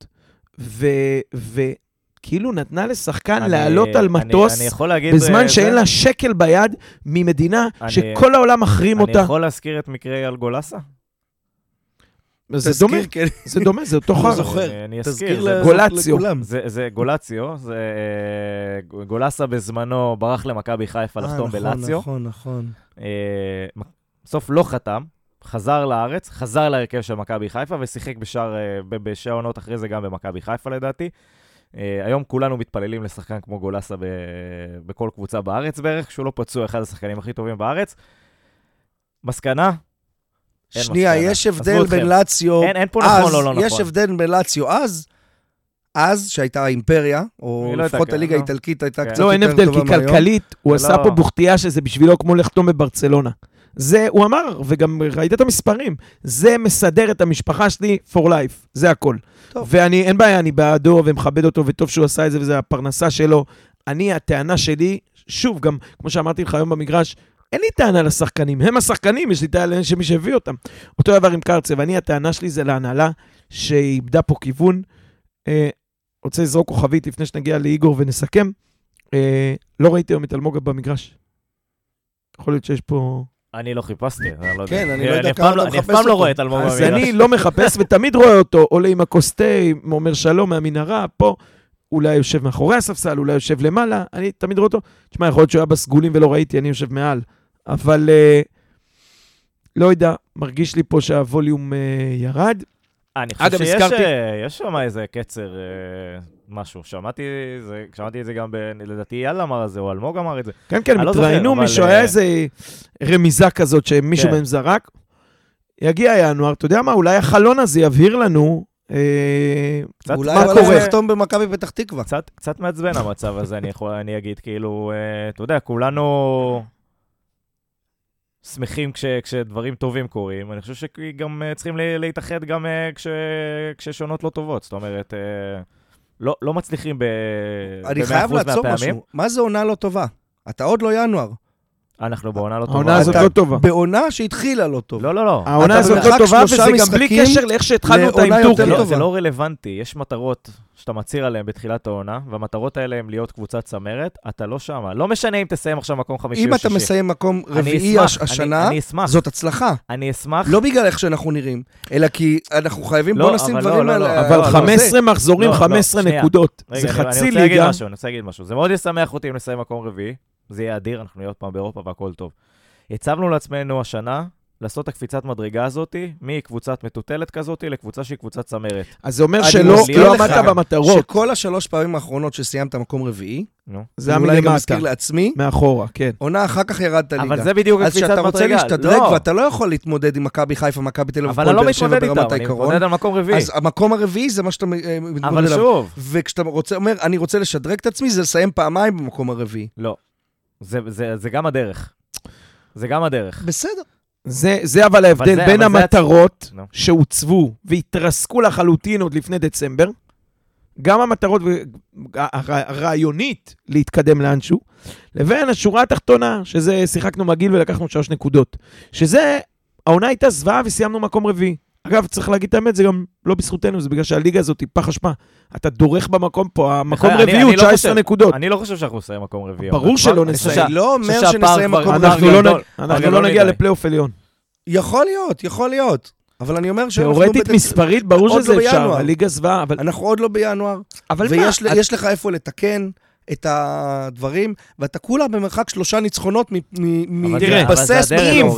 וכאילו נתנה לשחקן לעלות על מטוס, בזמן שאין לה שקל ביד, ממדינה שכל העולם מחרים אותה. אני יכול להזכיר את מקרה על גולסה? זה דומה, זה אותו חר. אני אזכיר. גולציו. זה גולציו, גולסה בזמנו ברח למכבי חיפה לחתום בלציו. נכון. בסוף לא חתם, חזר לארץ, חזר להרכב של מכבי חיפה ושיחק בשעה עונות אחרי זה גם במכבי חיפה לדעתי. היום כולנו מתפללים לשחקן כמו גולסה בכל קבוצה בארץ בערך, שהוא לא פצוע אחד השחקנים הכי טובים בארץ. מסקנה? שנייה, יש הבדל בין לציו, אין פה נכון או לא נכון. יש הבדל בין לציו אז, שהייתה האימפריה, או לפחות הליגה האיטלקית הייתה קצת יותר טובה מהיום. לא, אין הבדל, כי כלכלית, הוא עשה פה בוכתיה שזה בשבילו כמו לחתום בברצלונה. זה, הוא אמר, וגם ראית את המספרים, זה מסדר את המשפחה שלי for life, זה הכל. ואני, אין בעיה, אני בעדו ומכבד אותו, וטוב שהוא עשה את זה, וזה הפרנסה שלו. הטענה שלי, שוב, גם כמו שאמרתי לך היום במגרש, אין לי טענה לשחקנים, הם השחקנים, יש לי טענה שמי שהביא אותם. אותו דבר עם קרצב, הטענה שלי זה להנהלה שאיבדה פה כיוון. רוצה לזרוק כוכבית לפני שנגיע לאיגור ונסכם. לא ראיתי היום את אלמוג במגרש. יכול להיות שיש פה... אני לא חיפשתי. כן, אני לא יודע כמה אתה מחפש אותו. אני אף פעם לא רואה את אלמוג במגרש. אז אני לא מחפש ותמיד רואה אותו, עולה עם הקוסטי, אומר שלום מהמנהרה, פה. אולי יושב מאחורי הספסל, אולי יושב למעלה, אני תמיד רואה אותו. תשמע, יכול להיות שהוא היה בסגולים ולא ראיתי, אני יושב מעל. אבל לא יודע, מרגיש לי פה שהווליום ירד. אני חושב שיש שם איזה קצר משהו. שמעתי את זה גם, לדעתי יאללה אמר את זה, או אלמוג אמר את זה. כן, כן, מתראינו מישהו, היה איזה רמיזה כזאת שמישהו מהם זרק. יגיע ינואר, אתה יודע מה, אולי החלון הזה יבהיר לנו אולי הוא יחתום במכבי פתח תקווה. קצת מעצבן המצב הזה, אני אגיד, כאילו, אתה יודע, כולנו שמחים כשדברים טובים קורים, אני חושב שגם צריכים להתאחד גם כששונות לא טובות, זאת אומרת, לא מצליחים ב-100% אני חייב לעצור משהו, מה זה עונה לא טובה? אתה עוד לא ינואר. אנחנו בעונה לא טובה. העונה הזאת לא טובה. בעונה שהתחילה לא טוב. לא. העונה הזאת לא טובה, וזה גם בלי קשר לאיך שהתחלנו אותה עם טורקיה. זה לא רלוונטי. יש מטרות שאתה מצהיר עליהן בתחילת העונה, והמטרות האלה הן להיות קבוצת צמרת, אתה לא שמה. לא משנה אם תסיים עכשיו מקום 5 או 6. אם אתה מסיים מקום רביעי השנה, זאת הצלחה. אני אשמח. לא בגלל איך שאנחנו נראים, אלא כי אנחנו חייבים, בוא נשים דברים על... אבל 15 מחזורים, 15 נקודות. זה חצי ליגה. אני רוצה להגיד משהו. זה מאוד ישמח אותי אם נסיים מקום רביעי. זה יהיה אדיר, אנחנו נהיה עוד פעם באירופה והכל טוב. הצבנו לעצמנו השנה לעשות את הקפיצת מדרגה הזאת, מקבוצת מטוטלת כזאת לקבוצה שהיא קבוצת צמרת. אז זה אומר שלא עמדת במטרות. שכל 3 פעמים האחרונות שסיימת מקום רביעי, זה היה אולי גם מזכיר לעצמי, מאחורה, כן. עונה אחר כך ירדת ליגה. אבל זה בדיוק הקפיצת מדרגה. אז שאתה רוצה להשתדרג ואתה לא יכול להתמודד עם מכבי חיפה, מכבי תל אביב, אבל אני לא מתמודד איתם, אני מתמודד על מקום רביעי. אז המקום הרביעי זה מה שאתה מתמודד עליו. אבל שוב. וכשאתה אומר, אני רוצה לשדרג את עצמי, זה לסיים פעמיים במקום הרביעי. לא. זה גם הדרך. זה גם הדרך. בסדר. זה אבל ההבדל בין המטרות שהוצבו והתרסקו לחלוטין עוד לפני דצמבר, גם המטרות הרעיונית להתקדם לאנשהו, לבין השורה התחתונה, שזה שיחקנו מגיל ולקחנו 3 נקודות, שזה, העונה הייתה זוועה וסיימנו מקום רביעי. אגב, צריך להגיד את האמת, זה גם לא בזכותנו, זה בגלל שהליגה הזאת היא פח אשפה. אתה דורך במקום פה, המקום רביעי הוא 19 נקודות. אני לא חושב שאנחנו נסיים מקום רביעי. ברור שלא נסיים. אני לא אומר שנסיים מקום רביעי. אנחנו לא נגיע לפלייאוף עליון. יכול להיות. אבל אני אומר תיאורטית מספרית, ברור שזה אפשר. הליגה זוועה. אנחנו עוד לא בינואר. ויש לך איפה לתקן את הדברים, ואתה כולה במרחק 3 ניצחונות מתבסס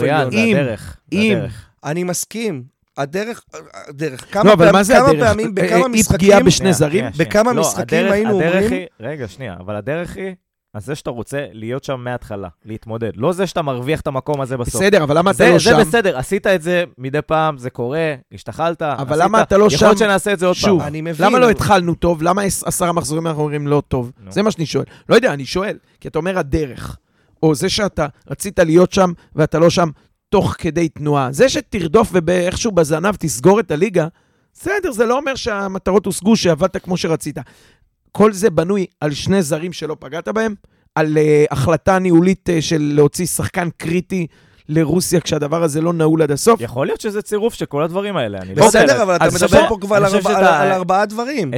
אם. אני מסכים. הדרך, כמה פעמים, בכמה משחקים, בכמה משחקים היינו אומרים... רגע, שנייה, אבל הדרך היא, אז זה שאתה רוצה להיות שם מההתחלה, להתמודד. לא זה שאתה מרוויח את המקום הזה בסוף. בסדר, אבל למה אתה לא שם? זה בסדר, עשית את זה מדי פעם, זה קורה, השתחלת, אבל למה אתה לא שם? יכול להיות שנעשה את זה עוד פעם. שוב, למה לא התחלנו טוב? למה 10 מחזורים אנחנו אומרים לא טוב? זה מה שאני שואל. לא יודע, אני שואל, כי אתה אומר הדרך, או זה שאתה רצית להיות שם ואתה לא שם, תוך כדי תנועה. זה שתרדוף ואיכשהו בזנב תסגור את הליגה, בסדר, זה לא אומר שהמטרות הושגו, שעבדת כמו שרצית. כל זה בנוי על 2 זרים שלא פגעת בהם, על החלטה ניהולית של להוציא שחקן קריטי לרוסיה, כשהדבר הזה לא נעול עד הסוף. יכול להיות שזה צירוף של כל הדברים האלה. בסדר, אבל אתה מדבר פה כבר על 4 דברים.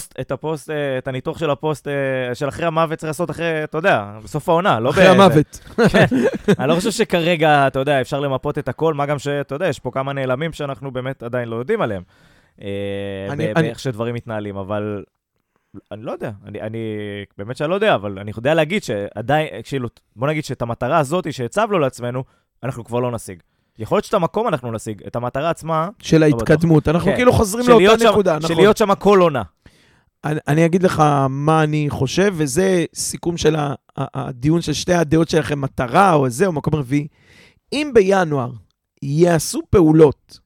את הניתוח של הפוסט, של אחרי המוות צריך לעשות אחרי, אתה יודע, בסוף העונה, לא אחרי המוות. אני לא חושב שכרגע, אתה יודע, אפשר למפות את הכל, מה גם שאתה יודע, יש פה כמה נעלמים שאנחנו באמת עדיין לא יודעים עליהם. באיך שדברים מתנהלים, אבל אני לא יודע, אני באמת שאני לא יודע, אבל אני יודע להגיד שעדיין, בוא נגיד שאת המטרה הזאת שהצבנו לעצמנו, אנחנו כבר לא נשיג. יכול להיות שאת המקום אנחנו נשיג, את המטרה עצמה... של ההתקדמות, אנחנו כאילו חוזרים לאותה נקודה. של להיות שם כל עונה. אני אגיד לך מה אני חושב, וזה סיכום של הדיון של 2 הדעות שלכם, מטרה או זה, או מקום רביעי. אם בינואר יעשו פעולות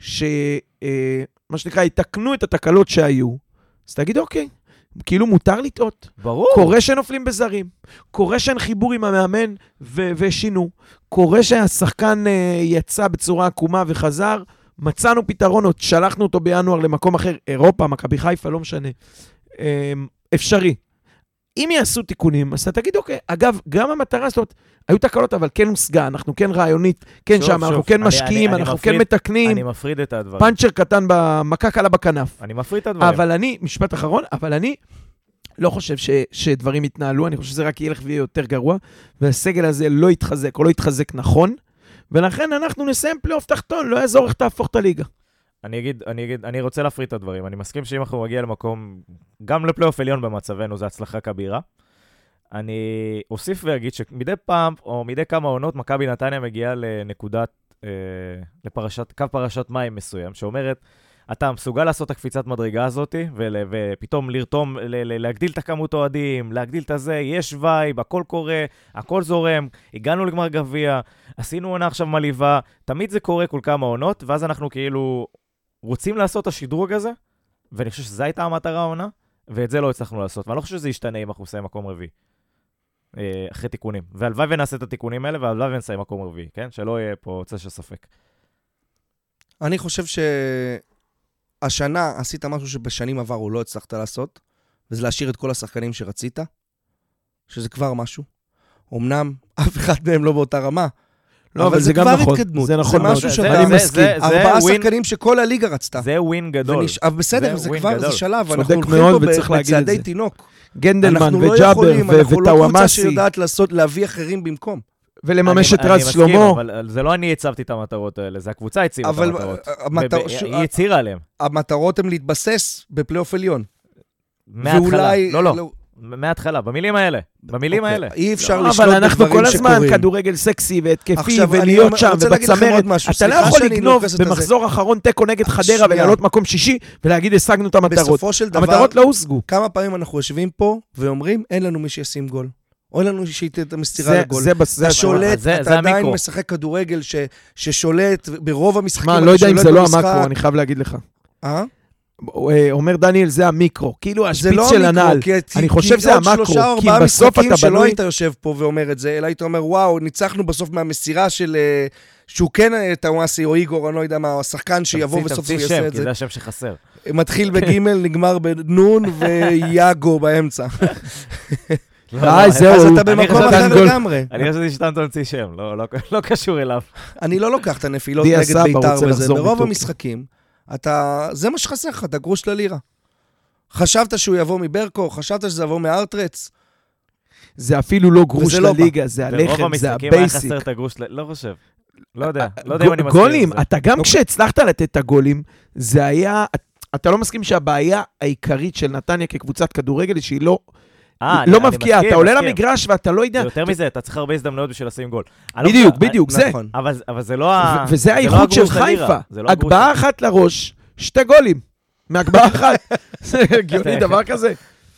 מה שנקרא, יתקנו את התקלות שהיו, אז תגיד אוקיי, כאילו מותר לטעות. ברור. קורה שנופלים בזרים, קורה שאין חיבור עם המאמן ושינו, קורה שהשחקן יצא בצורה עקומה וחזר, מצאנו פתרונות, שלחנו אותו בינואר למקום אחר, אירופה, מכבי חיפה, לא משנה. אפשרי. אם יעשו תיקונים, אז אתה תגיד אוקיי, אגב, גם המטרה, זאת אומרת, היו תקלות, אבל כן הוסגה, אנחנו כן רעיונית, כן שם, אנחנו כן משקיעים, אנחנו כן מתקנים. אני מפריד את הדברים. פאנצ'ר קטן במכה קלה בכנף. אני מפריד את הדברים. אבל אני, משפט אחרון, אבל אני לא חושב שדברים יתנהלו, אני חושב שזה רק ילך ויהיה יותר גרוע, והסגל הזה לא יתחזק או לא יתחזק נכון, ולכן אנחנו נסיים פלייאוף תחתון, לא יעזור איך תהפוך את הליגה. אני רוצה להפריד את הדברים. אני מסכים שאם אנחנו מגיע למקום, גם לפלייאוף עליון במצבנו, זה הצלחה כבירה. אני אוסיף ואגיד שמדי פעם, או מדי כמה עונות, מכבי נתניה מגיעה לנקודת קו פרשת מים מסוים, שאומרת, אתה מסוגל לעשות את הקפיצת מדרגה הזאת, ופתאום לרתום, להגדיל את הכמות אוהדים, להגדיל את הזה, יש וייב, הכל קורה, הכל זורם, הגענו לגמר גביע, עשינו עונה עכשיו מליבה, תמיד זה קורה כל כמה עונות, ואז אנחנו כאילו רוצים לעשות את השדרוג הזה, ואני חושב שזו הייתה המטרה העונה, ואת זה לא הצלחנו לעשות, ואני לא חושב שזה ישתנה אם אנחנו נסיים מקום רביעי, אחרי תיקונים. והלוואי ונעשה את התיקונים האלה, והלוואי ונסיים מקום רביעי, כן? שלא יהיה פה צל של ספק. אני חושב שהשנה עשית משהו שבשנים עברו לא הצלחת לעשות, וזה להשאיר את כל השחקנים שרצית, שזה כבר משהו. אמנם אף אחד מהם לא באותה רמה, לא, אבל זה גם נכון. זה נכון. זה משהו שאני מסכים. 4 שחקנים שכל הליגה רצתה. זה ווין גדול. בסדר, זה כבר, זה שלב. אנחנו הולכים פה בצעדי תינוק. גנדלמן וג'אבר אנחנו לא קבוצה שיודעת להביא אחרים במקום. ולממש את רז שלמה. אבל זה לא אני הצבתי את המטרות האלה, זה הקבוצה הציבה את המטרות. היא הצירה עליהם. המטרות הן להתבסס בפלייאוף עליון. מההתחלה, לא. מההתחלה, במילים האלה. אי אפשר לשלוט בדברים שקורים. אבל אנחנו כל הזמן כדורגל סקסי והתקפי, ולהיות שם ובצמרת. אתה לא יכול לגנוב במחזור אחרון טקו נגד חדרה ולעלות מקום שישי, ולהגיד השגנו את המטרות. בסופו של דבר, המטרות לא הושגו. כמה פעמים אנחנו יושבים פה ואומרים, אין לנו מי שישים גול. או אין לנו שייתן את המסתירה לגול. אתה שולט, אתה עדיין משחק כדורגל ששולט ברוב המשחקים. מה, לא יודע אם זה לא המקרו, אני חייב להגיד לך. אומר דניאל, זה המיקרו, כאילו השפיץ של הנעל. אני חושב זה המקרו, כי בסוף אתה שלא היית יושב פה ואומר את זה, אלא היית אומר, וואו, ניצחנו בסוף מהמסירה של, שהוא כן טוואסי או איגור, אני לא יודע מה, השחקן שיבוא בסוף ויעשה את זה. כי זה השם שחסר. מתחיל בגימל, נגמר בנון ויאגו באמצע. אז אתה במקום אחר לגמרי. אני חשבתי שאתה תמציא שם, לא קשור אליו. אני לא לוקח את הנפילות נגד ביתר וזה, ברוב המשחקים. זה מה שחסר לך, את הגרוש ללירה. חשבת שהוא יבוא מברקו, חשבת שזה יבוא מארטרץ. זה אפילו לא גרוש לליגה, זה הלחם, זה הבייסיק. ברוב המשחקים היה חסר את הגרוש, לא חושב. לא יודע אם אני מסכים. גולים, אתה גם כשהצלחת לתת את הגולים, זה היה, אתה לא מסכים שהבעיה העיקרית של נתניה כקבוצת כדורגל היא שהיא לא מבקיעה, אתה עולה למגרש ואתה לא יודע. יותר מזה, אתה צריך הרבה הזדמנויות בשביל לשים גול. בדיוק, זה. אבל זה לא וזה האיכות של חיפה. הגבהה אחת לראש, 2 גולים. מהגבהה אחת. זה הגיוני דבר כזה.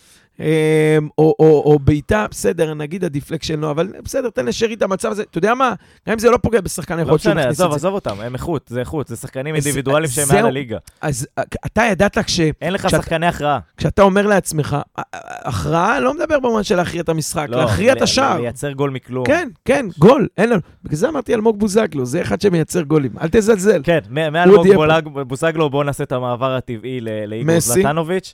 או ביתה, בסדר, נגיד הדיפלקשן לא, אבל בסדר, תן לשרי את המצב הזה. אתה יודע מה? גם אם זה לא פוגע בשחקן יכול שהוא מכניס את זה. עזוב אותם, הם איכות, זה שחקנים אינדיבידואליים שהם מעל הליגה. אז אתה ידעת אין לך שחקני הכרעה. כשאתה אומר לעצמך, הכרעה, לא מדבר במובן של להכריע את המשחק, להכריע את השער. לייצר גול מכלום. כן, גול, אין לנו. בגלל זה אמרתי אלמוג בוזגלו, זה אחד שמייצר גולים. אל תזלזל. כן, מאלמוג בוזגלו בואו נעשה את המעבר הטבעי לאיגור זלטנוביץ'.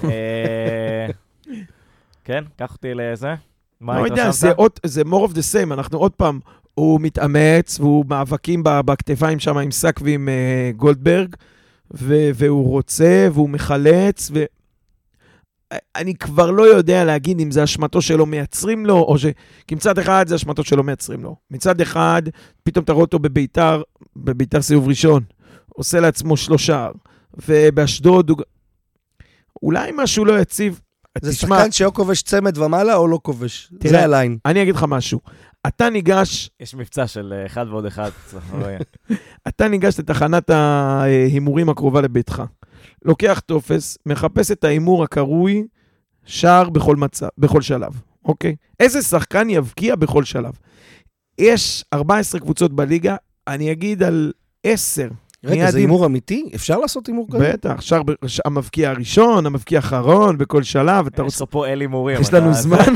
כן, קח אותי לזה. לא יודע, זה more of the same, אנחנו עוד פעם, הוא מתאמץ, והוא מאבקים בכתפיים שם עם סק ועם גולדברג, והוא רוצה, והוא מחלץ, ואני כבר לא יודע להגיד אם זה אשמתו שלו מייצרים לו, או כי מצד אחד זה אשמתו שלו מייצרים לו. מצד אחד, פתאום תראו אותו בביתר סיבוב ראשון, עושה לעצמו 3 ובאשדוד, אולי משהו לא יציב, זה שחקן שאו כובש צמד ומעלה או לא כובש. זה הליין. אני אגיד לך משהו. אתה ניגש... יש מבצע של 1 ועוד 1. אתה ניגש לתחנת ההימורים הקרובה לביתך. לוקח טופס, מחפש את ההימור הקרוי, שער בכל שלב. אוקיי? איזה שחקן יבקיע בכל שלב? יש 14 קבוצות בליגה, אני אגיד על 10. רגע, זה הימור אמיתי? אפשר לעשות הימור כזה? בטח, המבקיע הראשון, המבקיע האחרון, בכל שלב. יש פה אל הימורים. יש לנו זמן.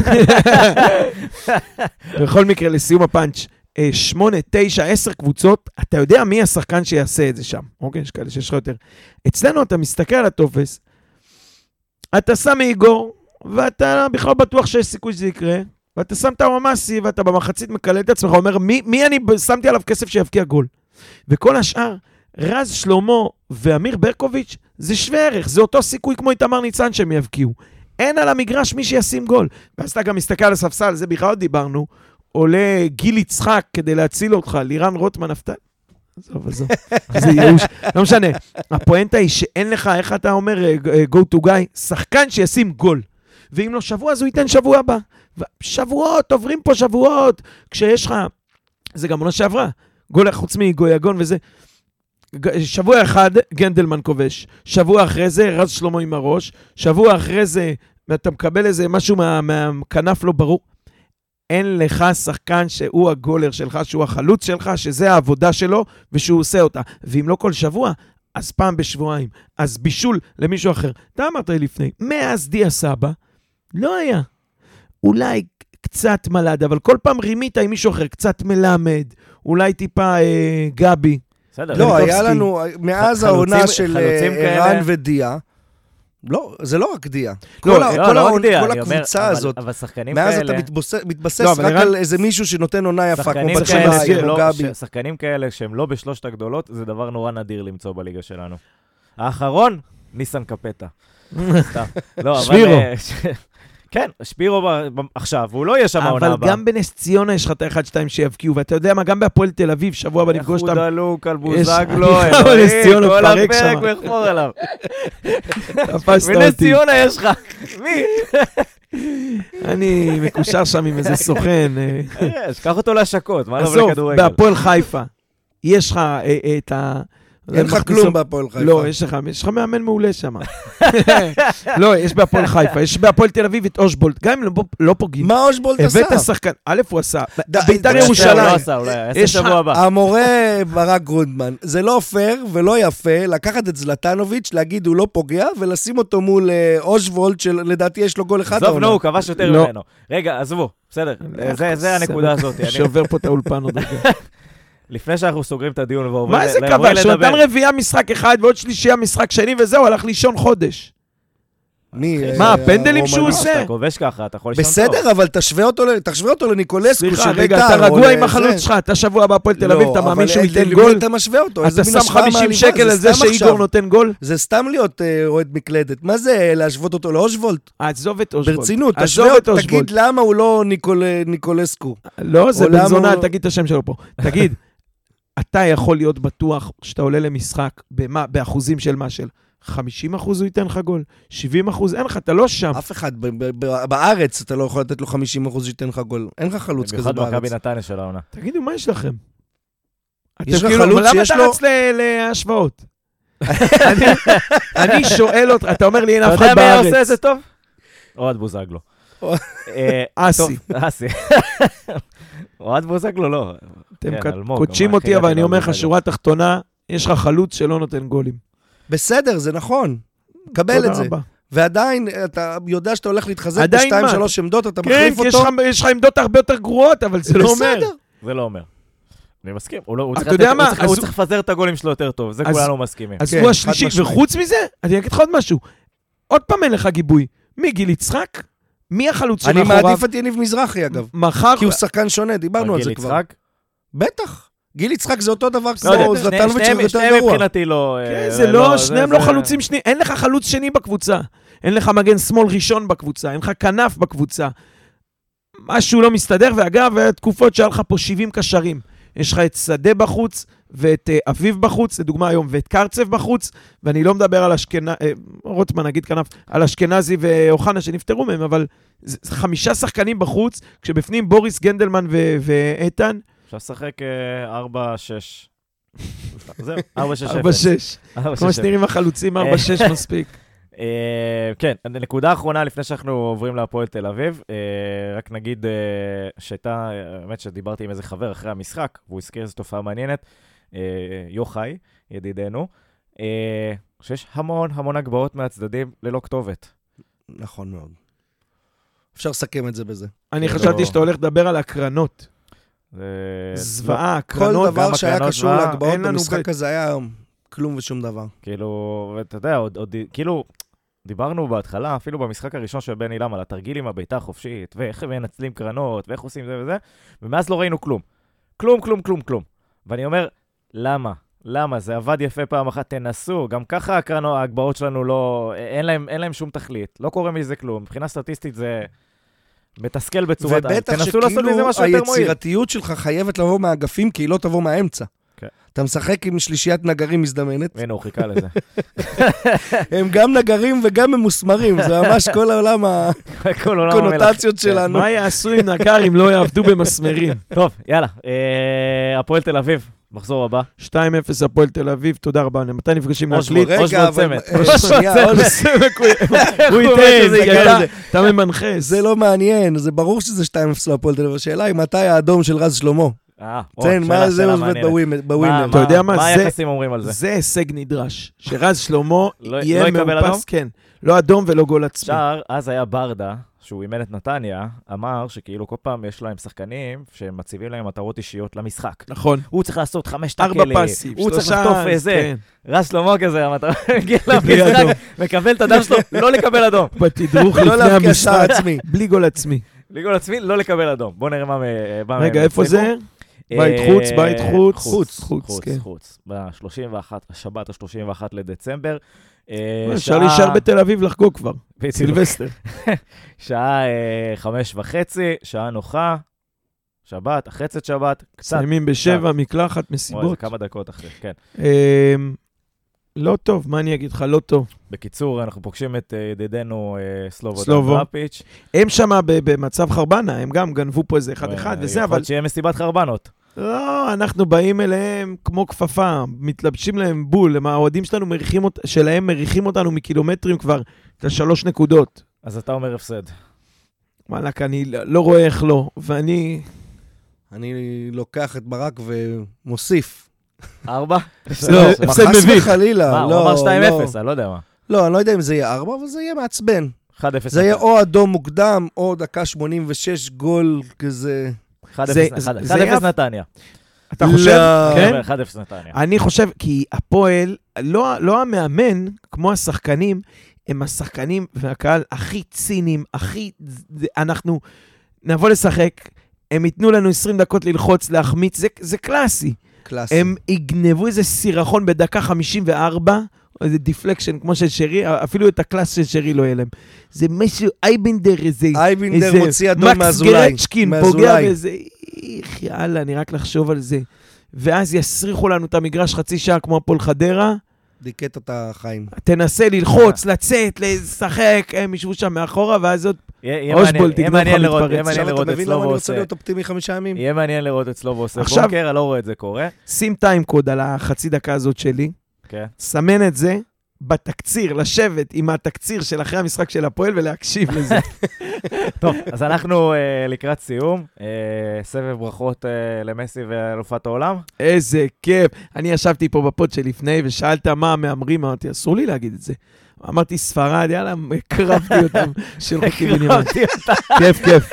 בכל מקרה, לסיום הפאנץ', 8, 9, 10 קבוצות, אתה יודע מי השחקן שיעשה את זה שם. אוקיי, יש כאלה שיש לך יותר. אצלנו אתה מסתכל על הטופס, אתה שם איגור, ואתה בכלל בטוח שיש סיכוי שזה יקרה, ואתה שם את הוואמאסי, ואתה במחצית מקלל את עצמך, אומר, מי אני שמתי עליו כסף שיבקיע גול? וכל השאר, רז שלמה ואמיר ברקוביץ' זה שווה ערך, זה אותו סיכוי כמו איתמר ניצן שהם יבקיעו. אין על המגרש מי שישים גול. ואז אתה גם מסתכל על הספסל, זה בכלל עוד דיברנו, עולה גיל יצחק כדי להציל אותך, לירן רוטמן נפתל. עזוב, זה ייאוש. לא משנה, הפואנטה היא שאין לך, איך אתה אומר, go to guy, שחקן שישים גול. ואם לא שבוע, אז הוא ייתן שבוע הבא. שבועות, עוברים פה שבועות, כשיש לך, זה גם עונה שעברה, גול חוץ מגויגון וזה. שבוע אחד גנדלמן כובש, שבוע אחרי זה רז שלמה עם הראש, שבוע אחרי זה אתה מקבל איזה משהו מהכנף לא ברור. אין לך שחקן שהוא הגולר שלך, שהוא החלוץ שלך, שזה העבודה שלו ושהוא עושה אותה. ואם לא כל שבוע, אז פעם בשבועיים, אז בישול למישהו אחר. אתה אמרת לי לפני, מאז דיה סבא, לא היה. אולי קצת מלד, אבל כל פעם רימית עם מישהו אחר, קצת מלמד, אולי טיפה גבי. לא, היה לנו, מאז העונה של ערן ודיה, לא, זה לא רק דיה. כל הקבוצה הזאת, מאז אתה מתבסס רק על איזה מישהו שנותן עונה יפה, כמו בצ'מאי או גבי. שחקנים כאלה שהם לא בשלושת הגדולות, זה דבר נורא נדיר למצוא בליגה שלנו. האחרון, ניסן קפטה. שפירו. כן, שפירו עכשיו, הוא לא יהיה שם העונה הבאה. אבל גם בנס ציונה יש לך את ה-1-2 שיבקיעו, ואתה יודע מה, גם בהפועל תל אביב, שבוע הבא נפגוש אותם. איך הוא דלוק על בוזגלו, כל הפרק הוא יחפור עליו. בנס ציונה יש לך. מי? אני מקושר שם עם איזה סוכן. קח אותו להשקות, מה לא עזוב, בכדורגל? בהפועל חיפה, יש לך את ה... אין לך כלום בהפועל חיפה. לא, יש לך מאמן מעולה שם. לא, יש בהפועל חיפה, יש בהפועל תל אביב את אושבולט, גם אם לא פוגעים. מה אושבולט עשה? הבאת שחקן, א' הוא עשה, בית"ר ירושלים. הוא לא עשה, אולי, יעשה שבוע הבא. המורה ברק גרונדמן, זה לא פייר ולא יפה לקחת את זלטנוביץ', להגיד הוא לא פוגע, ולשים אותו מול אושבולט, שלדעתי יש לו גול אחד. עזוב, הוא כבש יותר ממנו. רגע, עזבו, בסדר, זה הנקודה הזאת. שובר פה את האולפן עוד רגע. לפני שאנחנו סוגרים את הדיון ועוברים לדבר. מה זה קבע? שהוא נתן רביעייה משחק אחד ועוד שלישייה משחק שני וזהו, הלך לישון חודש. מה, הפנדלים שהוא עושה? אתה כובש ככה, אתה יכול לישון טוב. בסדר, אבל תשווה אותו לניקולסקו של בית"ר. רגע, אתה רגוע עם החלוץ שלך, אתה שבוע הבא הפועל תל אביב, אתה מאמין שהוא ייתן גול? אתה משווה אותו. אתה שם 50 שקל על זה שאיגור נותן גול? זה סתם להיות אוהד מקלדת. מה זה להשוות אותו לאושבולט? עזוב את אושבולט. ברצינות, תשווה אותו, תגיד למה הוא לא ניקולסקו. לא, זה בן זונה, תגיד את השם שלו פה. תגיד, אתה יכול להיות בטוח שאתה עולה למשחק באחוזים של מה של 50% הוא ייתן לך גול, 70% אין לך, אתה לא שם. אף אחד, בארץ אתה לא יכול לתת לו 50% שייתן לך גול. אין לך חלוץ כזה בארץ. במיוחד מכבי נתניה של העונה. תגידו, מה יש לכם? יש לך חלוץ שיש לו... למה אתה רץ להשוואות? אני שואל אותך, אתה אומר לי אין אף אחד בארץ. אתה יודע מי עושה את זה טוב? אוהד בוזגלו. אסי. אוהד בוזגלו לא. אתם קודשים אותי, אבל אני אומר לך, שורה תחתונה, יש לך חלוץ שלא נותן גולים. בסדר, זה נכון. קבל את זה. ועדיין, אתה יודע שאתה הולך להתחזק ב-2-3 עמדות, אתה מחליף אותו. כן, יש לך עמדות הרבה יותר גרועות, אבל זה לא אומר. זה לא אומר. אני מסכים. אתה יודע מה? הוא צריך לפזר את הגולים שלו יותר טוב, זה כולנו מסכימים. אז הוא השלישי, וחוץ מזה, אני אגיד לך עוד משהו. עוד פעם אין לך גיבוי. מי גיל יצחק? מי החלוץ אני מעדיף את יניב מזרחי, אגב. כי הוא שחקן שונה, דיברנו על זה כבר. בטח. גיל יצחק זה אותו דבר כמו זלטנוביץ' יותר גרוע. שניהם מבחינתי לא... זה לא, שניהם לא חלוצים שני. אין לך חלוץ שני בקבוצה. אין לך מגן שמאל ראשון בקבוצה. אין לך כנף בקבוצה. משהו לא מסתדר, ואגב, תקופות שהיה לך פה 70 קשרים. יש לך את שדה בחוץ, ואת אביב בחוץ, לדוגמה היום, ואת קרצב בחוץ, ואני לא מדבר על רוטמן, נגיד כנף, על אשכנזי ואוחנה שנפטרו מהם, אבל 5 שחקנים בחוץ, כשבפנים בוריס גנדלמן ואיתן, אפשר לשחק 4-6. זהו, 4-6. כמו שנראים החלוצים, 4-6 מספיק. כן, נקודה אחרונה לפני שאנחנו עוברים להפועל תל אביב, רק נגיד שהייתה, באמת שדיברתי עם איזה חבר אחרי המשחק, והוא הזכיר איזו תופעה מעניינת, יוחאי, ידידנו, שיש המון הגבהות מהצדדים ללא כתובת. נכון מאוד. אפשר לסכם את זה בזה. אני חשבתי שאתה הולך לדבר על הקרנות. זוועה, הקרנות. כל דבר שהיה קשור להגבהות במשחק הזה היה כלום ושום דבר. כאילו, אתה יודע, כאילו, דיברנו בהתחלה, אפילו במשחק הראשון של בן אילם, על התרגיל עם הביתה החופשית, ואיך הם מנצלים קרנות, ואיך עושים זה וזה, ומאז לא ראינו כלום. כלום. ואני אומר, למה? למה? זה עבד יפה פעם אחת, תנסו. גם ככה ההגבהות שלנו לא... אין להם שום תכלית. לא קורה מזה כלום. מבחינה סטטיסטית זה מתסכל בצורת... ובטח שכאילו היצירתיות שלך חייבת לבוא מהאגפים, כי היא לא תבוא מהאמצע. אתה משחק עם שלישיית נגרים מזדמנת. הנה, הוא חיכה לזה. הם גם נגרים וגם ממוסמרים, זה ממש כל העולם הקונוטציות שלנו. מה יעשו עם נגר אם לא יעבדו במסמרים? טוב, יאללה. הפועל תל אביב, מחזור הבא. 2-0 הפועל תל אביב, תודה רבה. מתי נפגשים להקליט? רגע, אבל... שנייה, הוא ייתן, אתה ממנחה. זה לא מעניין, זה ברור שזה 2-0 להפועל תל אביב. השאלה היא מתי האדום של רז שלמה. כן, מה זה עובד בווינר? אתה יודע מה? מה היחסים אומרים על זה? זה הישג נדרש. שרז שלמה לא יהיה יקבל אדום? מאופס, כן. לא אדום ולא גול עצמי. שער, אז היה ברדה, שהוא אימן את נתניה, אמר שכאילו כל פעם יש להם שחקנים שהם מציבים להם מטרות אישיות למשחק. נכון. הוא צריך לעשות 5 4 טאקלים, פסים, הוא צריך 3, לחטוף איזה. כן. רז שלמה כזה, המטרה מגיע למשחק, מקבל את הדם שלו, לא לקבל אדום. בתדרוך לא לפני להבקיע שער המשחק, עצמי. בלי גול עצמי. בלי גול עצמי, לא לקבל אדום. בוא נראה מה... רגע, איפה זה? בית חוץ, בית חוץ. חוץ, כן. חוץ. ב-31, השבת ה-31 לדצמבר. אפשר להישאר בתל אביב לחגוג כבר. סילבסטר. שעה 5:30, שעה נוחה, שבת, החצת שבת, קצת. סיימים ב7, מקלחת, וואי, זה מסיבות. כמה דקות אחרי, כן. לא טוב, מה אני אגיד לך? לא טוב. בקיצור, אנחנו פוגשים את ידידנו סלובו סלובו. דראפיץ'. הם שמה במצב חרבנה, הם גם גנבו פה איזה 1-1 וזה, יכול אבל... להיות שיהיה מסיבת חרבנות. לא, אנחנו באים אליהם כמו כפפה, מתלבשים להם בול, האוהדים שלהם מריחים אותנו מקילומטרים כבר ל3 נקודות. אז אתה אומר הפסד. וואלק, אני לא רואה איך לא, ואני... אני לוקח את ברק ומוסיף. 4? לא, הפסד חס מביך. וחלילה. מה, הוא לא, אמר 2-0, לא. אני לא יודע מה. לא, אני לא יודע אם זה יהיה 4, אבל זה יהיה מעצבן. 1-0. זה יהיה או אדום מוקדם, או דקה 86 גול כזה. 1-0 זה נתניה. אתה חושב? לא. כן? 1-0 נתניה. אני חושב, כי הפועל, לא המאמן, כמו השחקנים, הם השחקנים והקהל הכי ציניים, אנחנו נבוא לשחק, הם ייתנו לנו 20 דקות ללחוץ, להחמיץ, זה קלאסי. קלאסי. הם יגנבו איזה סירחון בדקה 54, או איזה דיפלקשן כמו של שרי, אפילו את הקלאס של שרי לא יהיה להם. זה משהו, אייבינדר, אייבינדר מוציא אדום מהזולאי. מקס גרצ'קין פוגע באיזה, יאללה, אני רק לחשוב על זה. ואז יסריחו לנו את המגרש חצי שעה כמו הפועל חדרה, דיקט את החיים. תנסה ללחוץ, לצאת, לשחק, הם ישבו שם מאחורה, ואז עוד אושבולט יגנוב לך מתפרץ. עכשיו אתה מבין למה אני רוצה להיות אופטימי 5 ימים? יהיה מעניין לראות את סלובו עושה עכשיו- בונקר, אני לא רואה את זה קורה. שים טיים קוד על החצי דקה הזאת שלי, כן. סמן את זה בתקציר, לשבת עם התקציר של אחרי המשחק של הפועל ולהקשיב לזה. טוב, אז אנחנו לקראת סיום. סבב ברכות למסי ואלופת העולם. איזה כיף. אני ישבתי פה בפוד שלפני ושאלת מה המאמרים, אמרתי, אסור לי להגיד את זה. אמרתי ספרד, יאללה, הקרבתי אותם של חוקי מינימל. כיף, כיף.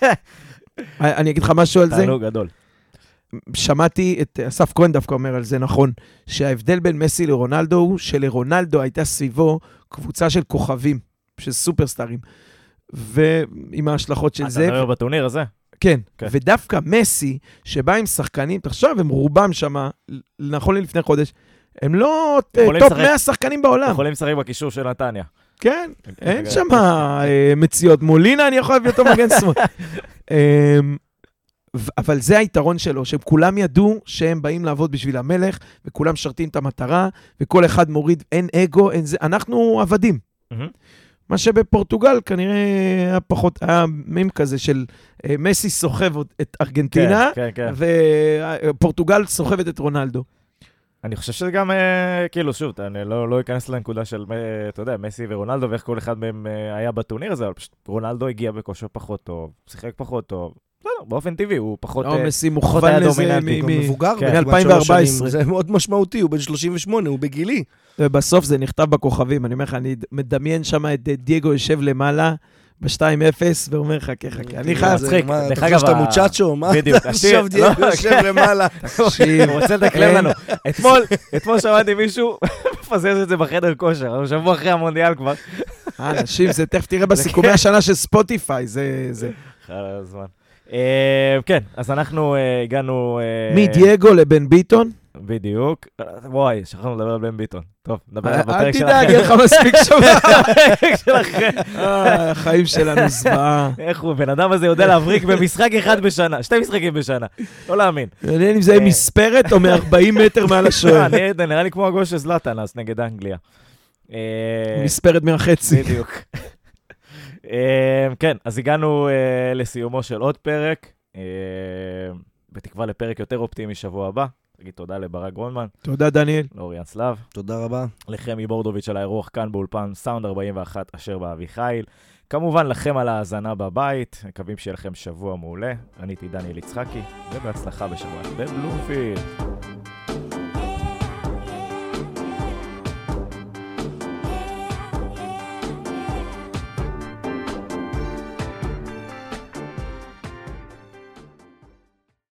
אני אגיד לך משהו על זה. תענוג גדול. שמעתי את אסף כהן דווקא אומר על זה נכון, שההבדל בין מסי לרונלדו הוא שלרונלדו הייתה סביבו קבוצה של כוכבים, של סופרסטארים, ועם ההשלכות של זה. אתה מדבר בטורניר הזה? כן, כן. ודווקא מסי, שבא עם שחקנים, תחשוב, הם רובם שם, נכון לי לפני חודש, הם לא טופ 100 שחקנים בעולם. יכולים לשחק בקישור של נתניה. כן, אין שם מציאות. מולינה, אני יכול להביא אותו מגן שמאל. אבל זה היתרון שלו, שהם כולם ידעו שהם באים לעבוד בשביל המלך, וכולם שרתים את המטרה, וכל אחד מוריד, אין אגו, אין זה, אנחנו עבדים. מה שבפורטוגל כנראה היה פחות, היה מים כזה של מסי סוחב את ארגנטינה, ופורטוגל סוחבת את רונלדו. אני חושב שזה גם, כאילו, שוב, אני לא אכנס לנקודה של, אתה יודע, מסי ורונלדו, ואיך כל אחד מהם היה בטורניר הזה, אבל פשוט רונלדו הגיע בכושר פחות טוב, שיחק פחות טוב. באופן טבעי, הוא פחות מסי מוכוון לזה מבוגר, מ-2014. זה מאוד משמעותי, הוא בן 38, הוא בגילי. ובסוף זה נכתב בכוכבים, אני אומר לך, אני מדמיין שם את דייגו יושב למעלה, ב-2-0, ואומר לך, חכה, אני חייב צחק. אתה חושב שאתה מוצ'אצ'ו, מה? בדיוק, עכשיו דייגו יושב למעלה. הוא רוצה לדקלם לנו. אתמול שמעתי מישהו, מפזז את זה בחדר כושר, אנחנו שבוע אחרי המונדיאל כבר. אנשים, זה תכף תראה בסיכומי השנה של ספוטיפיי, זה... הזמן. כן, אז אנחנו הגענו... מדייגו לבן ביטון. בדיוק. וואי, שכחנו לדבר על בן ביטון. טוב, נדבר על בפרק שלכם. אל תדאג, אין לך מספיק שבוע. החיים שלנו זוועה. איך הוא, בן אדם הזה יודע להבריק במשחק אחד בשנה, 2 משחקים בשנה. לא להאמין. מעניין אם זה מספרת או מ-40 מטר מעל השוער. נראה לי כמו הגול של זלאטן אז נגד אנגליה. מספרת מהחצי. בדיוק. כן, אז הגענו לסיומו של עוד פרק, בתקווה לפרק יותר אופטימי שבוע הבא. תגיד תודה לברק גרונמן, תודה, דניאל. לאוריאן סלאב. תודה רבה. לחמי בורדוביץ' על האירוח כאן באולפן סאונד 41 אשר באביחיל. כמובן לכם על ההאזנה בבית, מקווים שיהיה לכם שבוע מעולה. אני הייתי דניאל יצחקי, ובהצלחה בשבת בבלומפילד.